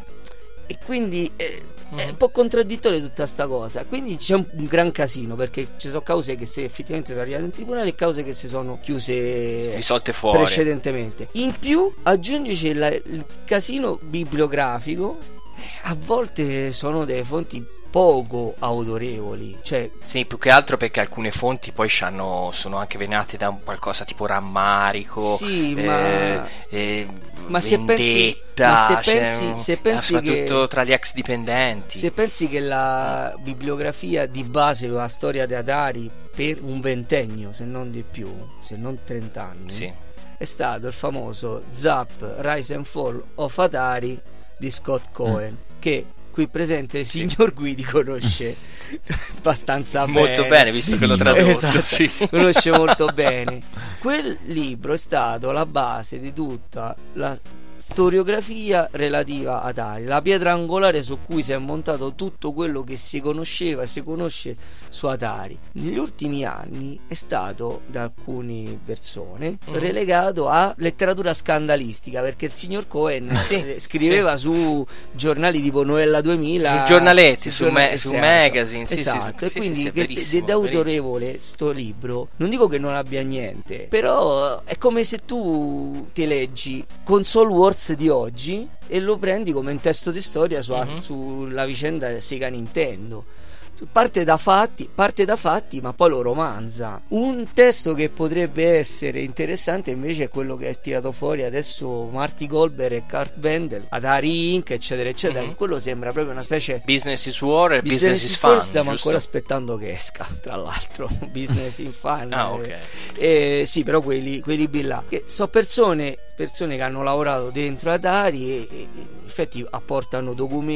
e quindi eh, mm. è un po' contraddittoria tutta sta cosa, quindi c'è un, un gran casino, perché ci sono cause che se effettivamente sono arrivate in tribunale e cause che si sono chiuse risolte fuori precedentemente. In più aggiungici la, il casino bibliografico, a volte sono delle fonti poco autorevoli, cioè sì, più che altro perché alcune fonti poi c'hanno, sono anche venate da un qualcosa tipo rammarico, sì, eh, ma, eh, ma se pensi, ma se pensi, cioè, se pensi soprattutto che, tra gli ex dipendenti, se pensi che la bibliografia di base della storia di Atari per un ventennio, se non di più, se non trent'anni, sì, è stato il famoso Zap Rise and Fall of Atari di Scott Cohen, mm. che qui presente il signor Guidi conosce abbastanza molto bene, bene, visto che l'ho tradotto. Esatto, sì. conosce molto bene. Quel libro è stato la base di tutta la storiografia relativa a Atari, la pietra angolare su cui si è montato tutto quello che si conosceva e si conosce su Atari. Negli ultimi anni è stato da alcune persone mm. relegato a letteratura scandalistica, perché il signor Cohen sì, scriveva sì. su giornali tipo Novella duemila, su giornaletti, su, giornali, me, su esatto. magazine, sì, esatto. sì, E quindi sì, che sì, da autorevole sto libro, non dico che non abbia niente, però è come se tu ti leggi Console Wars di oggi e lo prendi come un testo di storia su, mm-hmm. sulla vicenda Sega Nintendo. Parte da fatti, parte da fatti, ma poi lo romanza. Un testo che potrebbe essere interessante invece è quello che è tirato fuori adesso Marty Goldberg e Kurt Wendell, Atari Incorporated, eccetera eccetera. Mm-hmm. Quello sembra proprio una specie Business is War e Business, business is Fun. Fun, stiamo giusto? ancora aspettando che esca, tra l'altro. Business in Fun. Ah, ok. Eh, sì, però quelli, quei libri là che sono persone persone che hanno lavorato dentro Atari e, e in effetti apportano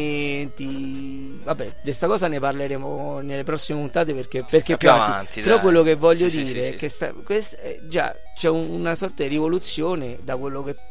documenti. Vabbè, di questa cosa ne parleremo nelle prossime puntate perché, perché più avanti, avanti però quello che voglio sì, dire sì, sì, è che sta, questa, è, già c'è un, una sorta di rivoluzione da quello che,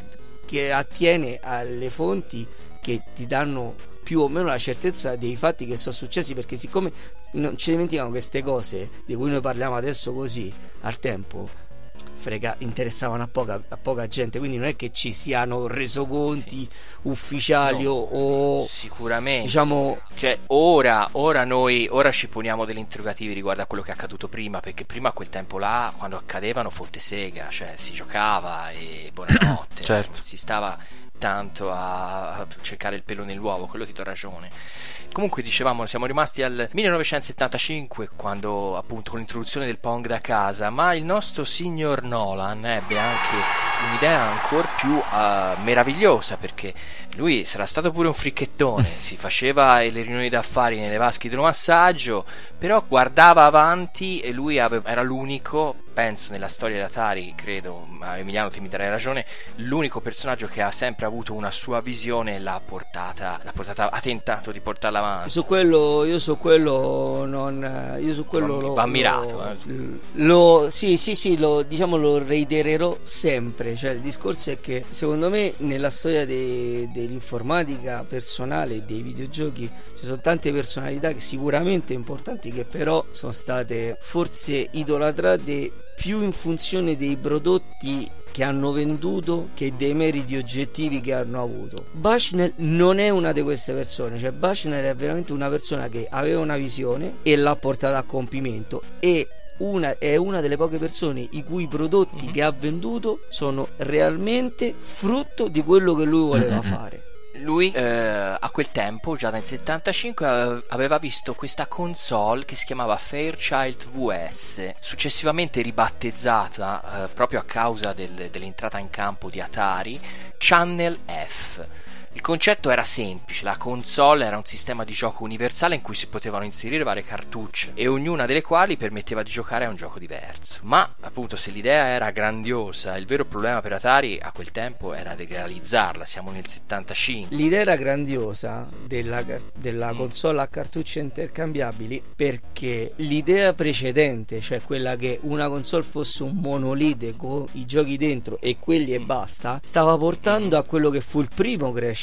che attiene alle fonti che ti danno più o meno la certezza dei fatti che sono successi, perché siccome non ci dimentichiamo queste cose di cui noi parliamo adesso così al tempo frega, interessavano a poca, a poca gente, quindi non è che ci siano resoconti sì. ufficiali no, o sicuramente diciamo, cioè ora, ora noi ora ci poniamo degli interrogativi riguardo a quello che è accaduto prima, perché prima a quel tempo là quando accadevano fotte sega, cioè si giocava e buonanotte certo. si stava tanto a cercare il pelo nell'uovo, quello ti do ragione. Comunque dicevamo siamo rimasti al millenovecentosettantacinque quando appunto con l'introduzione del Pong da casa, ma il nostro signor Nolan ebbe anche un'idea ancora più uh, meravigliosa, perché lui sarà stato pure un fricchettone, si faceva le riunioni d'affari nelle vasche idromassaggio, però guardava avanti e lui aveva, era l'unico, penso nella storia di Atari, credo, ma Emiliano ti mi darai ragione, l'unico personaggio che ha sempre avuto una sua visione e l'ha portata, l'ha portata ha tentato di portarla avanti. Su quello io su quello non io su quello lo, va ammirato lo, eh. lo sì sì sì lo diciamo lo reitererò sempre, cioè il discorso è che secondo me nella storia de, dell'informatica personale e dei videogiochi ci sono tante personalità che sicuramente importanti che però sono state forse idolatrate più in funzione dei prodotti che hanno venduto che dei meriti oggettivi che hanno avuto. Bushnell non è una di queste persone, cioè Bushnell è veramente una persona che aveva una visione e l'ha portata a compimento, e una, è una delle poche persone i cui prodotti mm-hmm. che ha venduto sono realmente frutto di quello che lui voleva mm-hmm. fare. Lui eh, a quel tempo, già nel settantacinque, aveva visto questa console che si chiamava Fairchild V S, successivamente ribattezzata eh, proprio a causa del, dell'entrata in campo di Atari, Channel F. Il concetto era semplice, la console era un sistema di gioco universale in cui si potevano inserire varie cartucce e ognuna delle quali permetteva di giocare a un gioco diverso. Ma appunto se l'idea era grandiosa, il vero problema per Atari a quel tempo era di realizzarla, siamo nel settantacinque. L'idea era grandiosa della, della console a cartucce intercambiabili, perché l'idea precedente, cioè quella che una console fosse un monolite con i giochi dentro e quelli e basta, stava portando a quello che fu il primo crash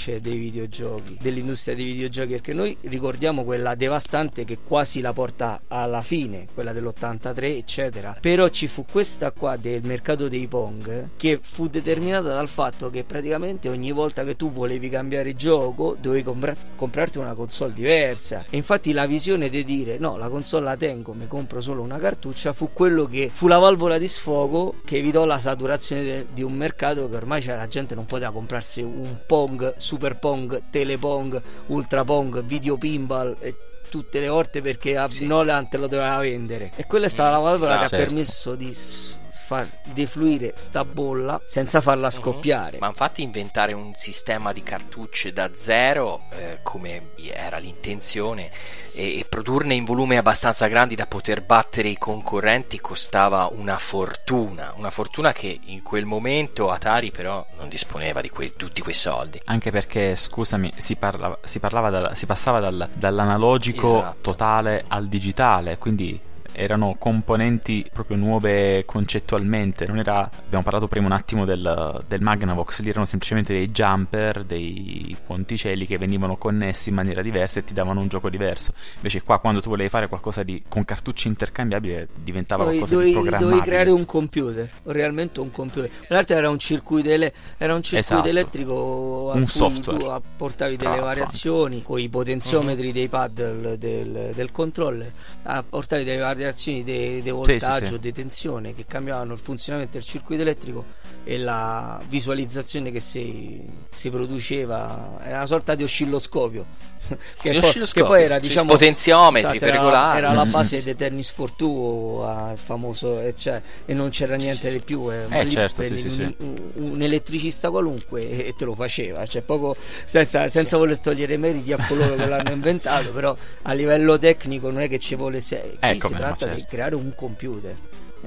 luce dei videogiochi, dell'industria dei videogiochi, perché noi ricordiamo quella devastante che quasi la porta alla fine, quella dell'ottantatré eccetera, però ci fu questa qua del mercato dei Pong che fu determinata dal fatto che praticamente ogni volta che tu volevi cambiare gioco dovevi compra- comprarti una console diversa, e infatti la visione di dire no, la console la tengo, mi compro solo una cartuccia, fu quello che fu la valvola di sfogo che evitò la saturazione de- di un mercato che ormai c'era, la gente non poteva comprarsi un Pong, Super Pong, Telepong, Ultra Pong, Video Pinball e tutte le volte, perché a sì. Nolan te lo doveva vendere, e quella è stata la valvola ah, che certo. ha permesso di s- far defluire sta bolla senza farla scoppiare. Uh-huh. Ma infatti inventare un sistema di cartucce da zero, eh, come era l'intenzione, e, e produrne in volume abbastanza grandi da poter battere i concorrenti costava una fortuna, una fortuna che in quel momento Atari però non disponeva di que- tutti quei soldi. Anche perché, scusami, si parlava, si, parlava dal, si passava dal, dall'analogico esatto. totale al digitale, quindi erano componenti proprio nuove concettualmente. Non era, abbiamo parlato prima un attimo del, del Magnavox, lì erano semplicemente dei jumper, dei ponticelli che venivano connessi in maniera diversa e ti davano un gioco diverso. Invece qua, quando tu volevi fare qualcosa di con cartucce intercambiabili, diventava dovevi, qualcosa dovevi, di programmabile. Dovevi creare un computer, realmente un computer. Tra l'altro era un circuito, ele- era un circuito esatto. elettrico a un cui software. tu apportavi delle Tra variazioni con i potenziometri uh-huh. dei paddle del, del controller, apportavi delle variazioni di voltaggio, sì, sì, sì. di tensione, che cambiavano il funzionamento del circuito elettrico e la visualizzazione che si, si produceva. Era una sorta di oscilloscopio che, poi, oscilloscopio. che poi era, diciamo, potenziometri esatto, per era, regolare, era la base di Tennis for Two, il famoso, e, cioè, e non c'era niente di più, eh, eh, certo, sì, sì, un, sì. Un, un elettricista qualunque e te lo faceva, cioè poco, senza, senza sì. voler togliere meriti a coloro che l'hanno inventato, però a livello tecnico non è che ci vuole sei. Qui ecco, si tratta certo. di creare un computer.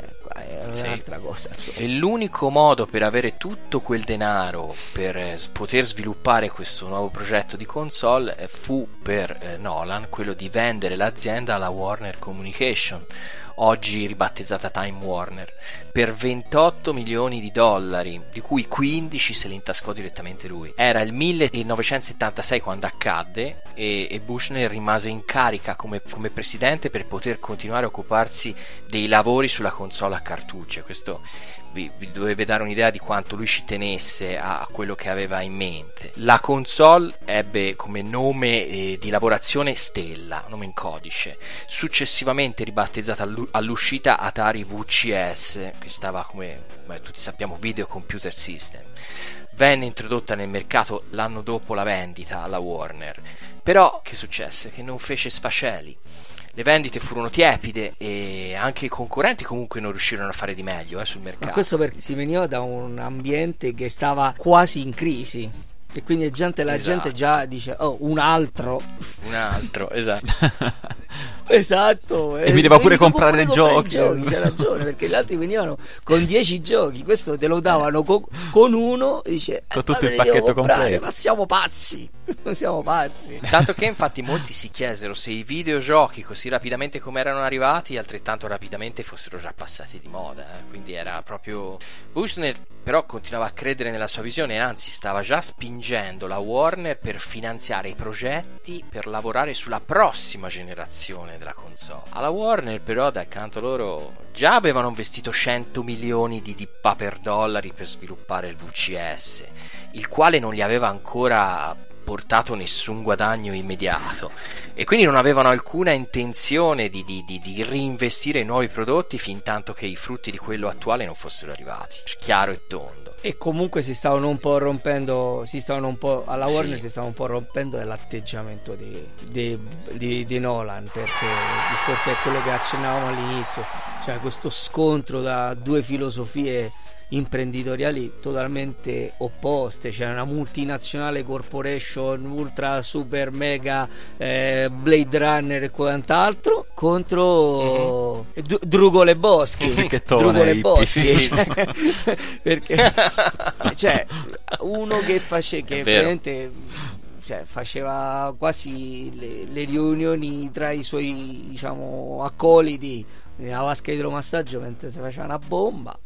È un'altra sì. cosa, insomma. E l'unico modo per avere tutto quel denaro per poter sviluppare questo nuovo progetto di console fu per eh, Nolan quello di vendere l'azienda alla Warner Communication, oggi ribattezzata Time Warner, per ventotto milioni di dollari, di cui quindici se li intascò direttamente lui. Era il millenovecentosettantasei quando accadde e, e Bushnell rimase in carica come, come presidente per poter continuare a occuparsi dei lavori sulla console a cartucce. Questo vi, vi dovrebbe dare un'idea di quanto lui ci tenesse a, a quello che aveva in mente. La console ebbe come nome eh, di lavorazione Stella, nome in codice, successivamente ribattezzata all'uscita Atari V C S, che stava come beh, tutti sappiamo Video Computer System. Venne introdotta nel mercato l'anno dopo la vendita alla Warner, però che successe? Che non fece sfaceli. Le vendite furono tiepide e anche i concorrenti comunque non riuscirono a fare di meglio eh, sul mercato. Ma questo perché si veniva da un ambiente che stava quasi in crisi e quindi gente, la esatto. gente già dice oh, un altro un altro esatto esatto e mi deve pure comprare pure giochi. giochi c'ha ragione, perché gli altri venivano con dieci giochi, questo te lo davano con, con uno e dice con eh, tutto il pacchetto completo. Ma siamo pazzi siamo pazzi. Tanto che infatti molti si chiesero se i videogiochi così rapidamente come erano arrivati altrettanto rapidamente fossero già passati di moda, eh. Quindi era proprio Bushnell, però continuava a credere nella sua visione e anzi stava già spingendo la Warner per finanziare i progetti per lavorare sulla prossima generazione della console. Alla Warner però dal canto loro già avevano investito cento milioni di, di paper dollari per sviluppare il V C S, il quale non li aveva ancora portato nessun guadagno immediato e quindi non avevano alcuna intenzione di, di, di, di reinvestire in nuovi prodotti fin tanto che i frutti di quello attuale non fossero arrivati, chiaro e tondo. E comunque si stavano un po' rompendo, si stavano un po' alla Warner sì. si stava un po' rompendo dell'atteggiamento di, di, di, di Nolan, perché il discorso è quello che accennavamo all'inizio, cioè questo scontro da due filosofie imprenditoriali totalmente opposte. C'è una multinazionale corporation ultra super mega eh, Blade Runner e quant'altro contro uh-huh. D- Drugole Boschi Drugole Boschi perché cioè uno che face che veramente cioè, faceva quasi le, le riunioni tra i suoi diciamo accoliti nella vasca di idromassaggio mentre si faceva una bomba.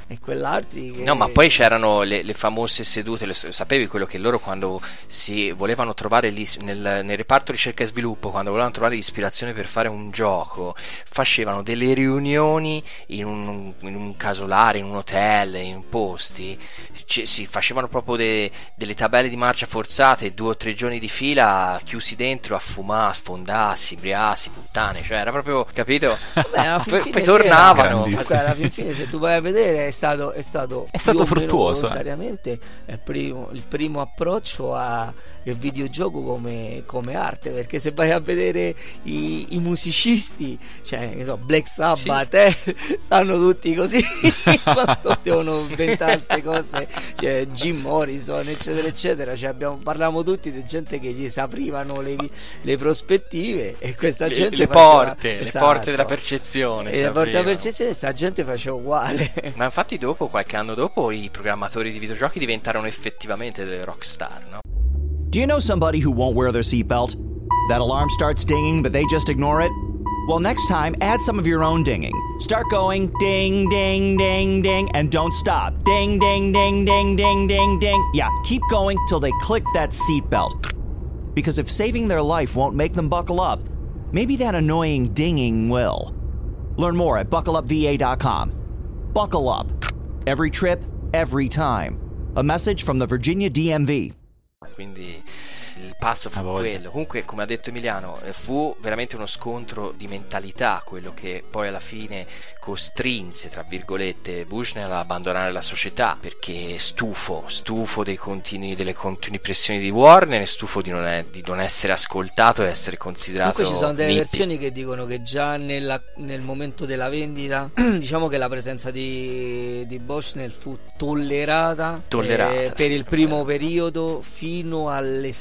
e quell'altri che... No, ma poi c'erano le, le famose sedute, le, sapevi quello che loro quando si volevano trovare lì nel, nel reparto ricerca e sviluppo, quando volevano trovare l'ispirazione per fare un gioco, facevano delle riunioni in un, in un casolare, in un hotel, in posti, ci, si facevano proprio de, delle tabelle di marcia forzate, due o tre giorni di fila chiusi dentro a fumare, a sfondarsi, briarsi, puttane, cioè era proprio, capito? Vabbè, alla fin poi, fine poi tornavano. Ma alla fin fine, se tu vai a vedere, è stato è stato, è stato fruttuoso, volontariamente eh. il, primo, il primo approccio al videogioco come, come arte, perché se vai a vedere i, i musicisti, cioè che so, Black Sabbath, sì. eh, stanno tutti così quando devono inventare queste cose, cioè Jim Morrison eccetera eccetera, cioè abbiamo, parliamo tutti di gente che gli si aprivano le, le prospettive e questa le, gente le faceva, porte esatto, le porte della percezione e le porte della percezione, sta gente faceva uguale. Ma infatti dopo, qualche anno dopo, i programmatori di videogiochi diventarono effettivamente delle rockstar, no? Do you know somebody who won't wear their seatbelt? That alarm starts dinging, but they just ignore it? Well, next time, add some of your own dinging. Start going ding, ding, ding, ding, and don't stop. Ding, ding, ding, ding, ding, ding, ding. Yeah, keep going till they click that seatbelt. Because if saving their life won't make them buckle up, maybe that annoying dinging will. Learn more at buckle up v a dot com. Buckle up. Every trip, every time. A message from the Virginia D M V. Quindi il passo fu quello. Comunque, come ha detto Emiliano, fu veramente uno scontro di mentalità quello che poi alla fine costrinse, tra virgolette, Bushnell ad abbandonare la società, perché stufo stufo dei continui, delle continue pressioni di Warner, e stufo di non, è, di non essere ascoltato e essere considerato. Comunque ci sono delle nippy. versioni che dicono che già nella, nel momento della vendita diciamo che la presenza di, di Bushnell fu tollerata, tollerata eh, sì, per il primo periodo fino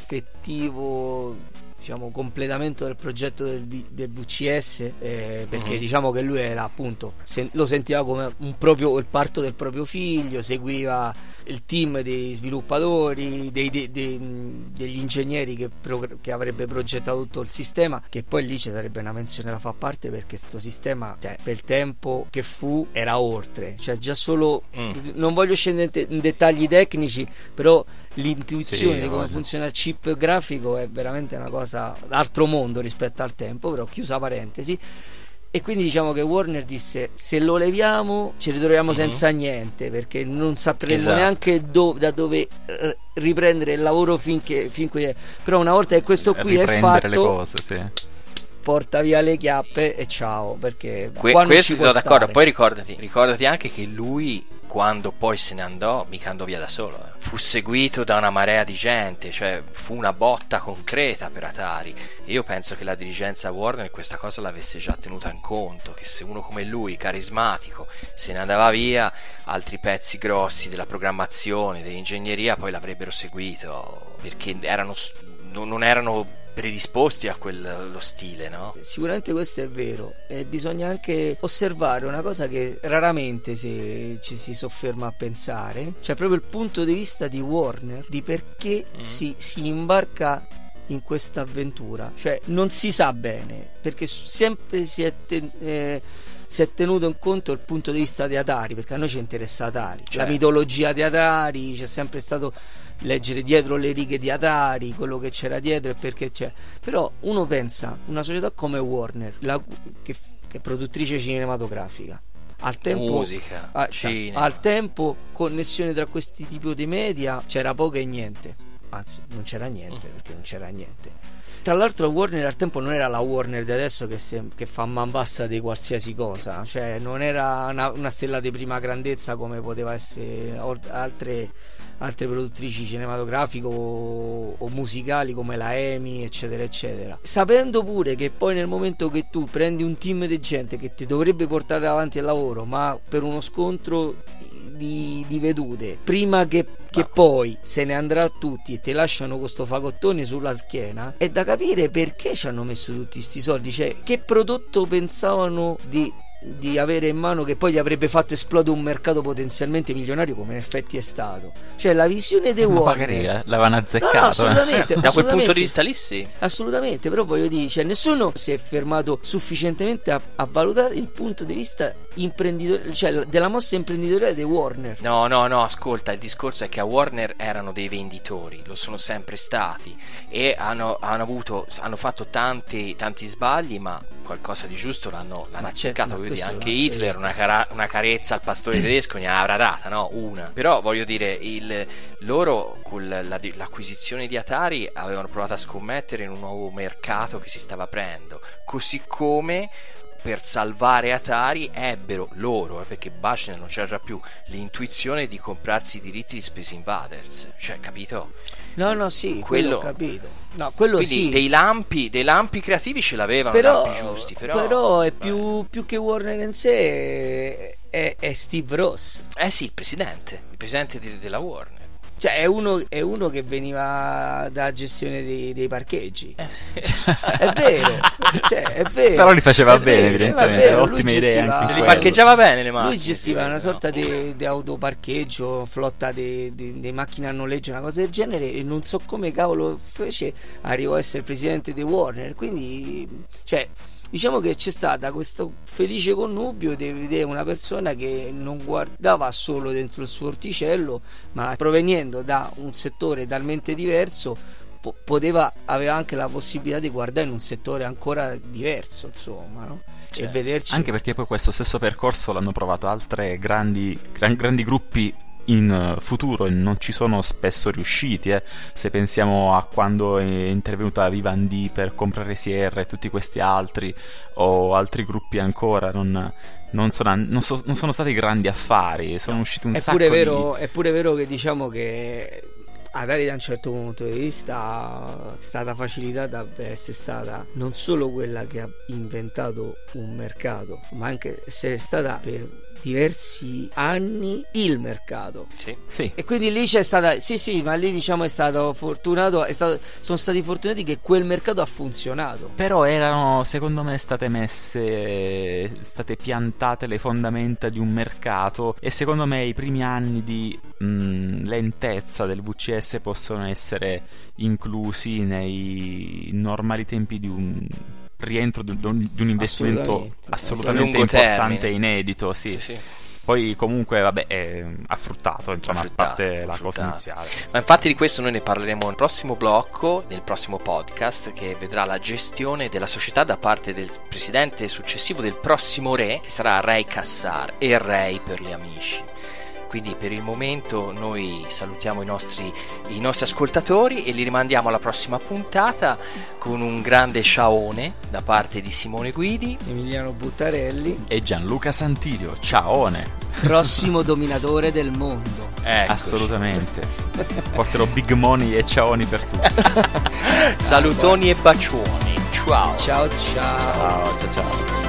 all'effettivo, diciamo, completamento del progetto del, del V C S, eh, perché mm-hmm. diciamo che lui era appunto sen- lo sentiva come un proprio, il parto del proprio figlio, seguiva il team dei sviluppatori, dei, dei, dei, degli ingegneri che, pro- che avrebbe progettato tutto il sistema, che poi lì ci sarebbe una menzione da far parte, perché sto sistema, cioè, per il tempo che fu, era oltre, cioè già solo mm. non voglio scendere in, te- in dettagli tecnici, però l'intuizione sì, di come funziona il chip grafico è veramente una cosa d'altro mondo rispetto al tempo, però chiusa parentesi. E quindi diciamo che Warner disse: se lo leviamo ci ritroviamo mm-hmm. senza niente, perché non sapremo esatto. neanche do- da dove eh, riprendere il lavoro finché, finché però una volta che questo qui è fatto, le cose, sì. porta via le chiappe e ciao, perché que- qua non questo ci può sono d'accordo. stare. Poi ricordati, ricordati anche che lui, quando poi se ne andò, mica andò via da solo, eh. fu seguito da una marea di gente, cioè fu una botta concreta per Atari, e io penso che la dirigenza Warner questa cosa l'avesse già tenuta in conto, che se uno come lui, carismatico, se ne andava via, altri pezzi grossi della programmazione, dell'ingegneria poi l'avrebbero seguito, perché erano, non erano predisposti a quello stile, no? Sicuramente questo è vero, e bisogna anche osservare una cosa che raramente si, ci si sofferma a pensare, cioè proprio il punto di vista di Warner, di perché mm. si, si imbarca in questa avventura, cioè non si sa bene, perché sempre si è ten- eh, si è tenuto in conto il punto di vista di Atari, perché a noi ci interessa Atari, certo. la mitologia di Atari, c'è sempre stato leggere dietro le righe di Atari quello che c'era dietro e perché c'è, però uno pensa una società come Warner, la, che, che è produttrice cinematografica, al tempo musica, a, cioè, al tempo connessione tra questi tipi di media c'era poco e niente, anzi non c'era niente, mm. perché non c'era niente. Tra l'altro Warner al tempo non era la Warner di adesso che, se, che fa man bassa di qualsiasi cosa, cioè non era una, una stella di prima grandezza come poteva essere altre, altre produttrici cinematografiche o, o musicali come la EMI eccetera eccetera, sapendo pure che poi nel momento che tu prendi un team di gente che ti dovrebbe portare avanti il lavoro, ma per uno scontro di, di vedute, prima che, che poi se ne andrà a tutti e ti lasciano questo fagottone sulla schiena, è da capire perché ci hanno messo tutti sti soldi, cioè che prodotto pensavano di, di avere in mano che poi gli avrebbe fatto esplodere un mercato potenzialmente milionario, come in effetti è stato, cioè la visione dei Warner eh? l'avevano azzeccato, no, no, assolutamente, da quel punto di vista lì sì, assolutamente, però voglio dire, cioè, nessuno si è fermato sufficientemente a, a valutare il punto di vista imprenditoriale, cioè della mossa imprenditoriale dei Warner. No, no, no, ascolta, il discorso è che a Warner erano dei venditori, lo sono sempre stati, e hanno, hanno avuto, hanno fatto tanti, tanti sbagli, ma qualcosa di giusto l'hanno, l'hanno cercato. Vedi, anche Hitler una, cara, una carezza al pastore tedesco ne avrà data, no? Una. Però voglio dire, il, loro con la, l'acquisizione di Atari avevano provato a scommettere in un nuovo mercato che si stava aprendo, così come per salvare Atari ebbero loro, eh, perché Bushnell non c'era già più, l'intuizione di comprarsi i diritti di Space Invaders, cioè, capito? No, no, sì, quello, quello ho capito. No, quello quindi sì. dei lampi, dei lampi creativi ce l'avevano, però, lampi giusti, però, però è più, più che Warner in sé è, è Steve Ross. Eh sì, il presidente, il presidente di, della Warner. Cioè è uno, è uno che veniva dalla gestione dei, dei parcheggi. È vero, cioè, è vero. Però li faceva è bene, vero, evidentemente. Vero, ottime idee anche li parcheggiava bene le macchine. Lui gestiva una sorta di, di autoparcheggio, flotta di, di, di macchine a noleggio, una cosa del genere, e non so come cavolo fece, arrivò a essere presidente dei Warner. Quindi, cioè, diciamo che c'è stata questo felice connubio di vedere una persona che non guardava solo dentro il suo orticello, ma provenendo da un settore talmente diverso po- poteva aveva anche la possibilità di guardare in un settore ancora diverso, insomma, no? Cioè, e vederci. Anche perché poi questo stesso percorso l'hanno provato altre grandi, gran, grandi gruppi in futuro e non ci sono spesso riusciti, eh. Se pensiamo a quando è intervenuta Vivendi per comprare Sierra e tutti questi altri, o altri gruppi ancora, non, non, sono, non, so, non sono stati grandi affari, sono usciti un è sacco pure vero, di... È pure vero che diciamo che Atari da un certo punto di vista è stata facilitata per essere stata non solo quella che ha inventato un mercato, ma anche essere stata per diversi anni il mercato. Sì. Sì. E quindi lì c'è stata, sì sì, ma lì diciamo è stato fortunato, è stato, sono stati fortunati che quel mercato ha funzionato. Però erano, secondo me, state messe, state piantate le fondamenta di un mercato, e secondo me i primi anni di mh, lentezza del V C S possono essere inclusi nei normali tempi di un rientro di un, di un investimento assolutamente, assolutamente importante e inedito, sì. Sì, sì. Poi comunque vabbè è, ha fruttato, insomma, a parte la cosa iniziale. Ma infatti di questo noi ne parleremo nel prossimo blocco, nel prossimo podcast, che vedrà la gestione della società da parte del presidente successivo del prossimo re, che sarà Ray Kassar, e Ray per gli amici. Quindi per il momento noi salutiamo i nostri, i nostri ascoltatori e li rimandiamo alla prossima puntata con un grande ciaone da parte di Simone Guidi, Emiliano Buttarelli e Gianluca Santilio. Ciaone, prossimo dominatore del mondo. Eccoci. Assolutamente. Porterò big money e ciaoni per tutti. Salutoni e bacioni. Ciao. Ciao ciao. Ciao ciao ciao.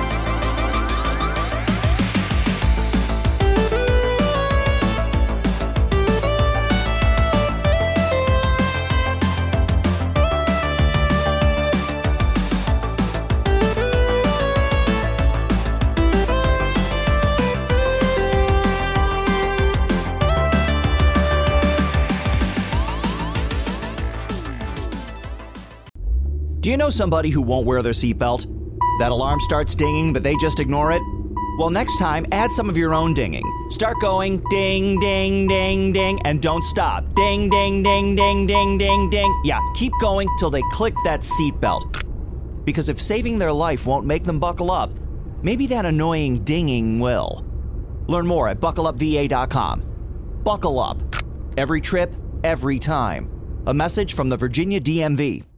Do you know somebody who won't wear their seatbelt? That alarm starts dinging, but they just ignore it? Well, next time, add some of your own dinging. Start going ding, ding, ding, ding, and don't stop. Ding, ding, ding, ding, ding, ding, ding. Yeah, keep going till they click that seatbelt. Because if saving their life won't make them buckle up, maybe that annoying dinging will. Learn more at buckle up v a dot com. Buckle up. Every trip, every time. A message from the Virginia D M V.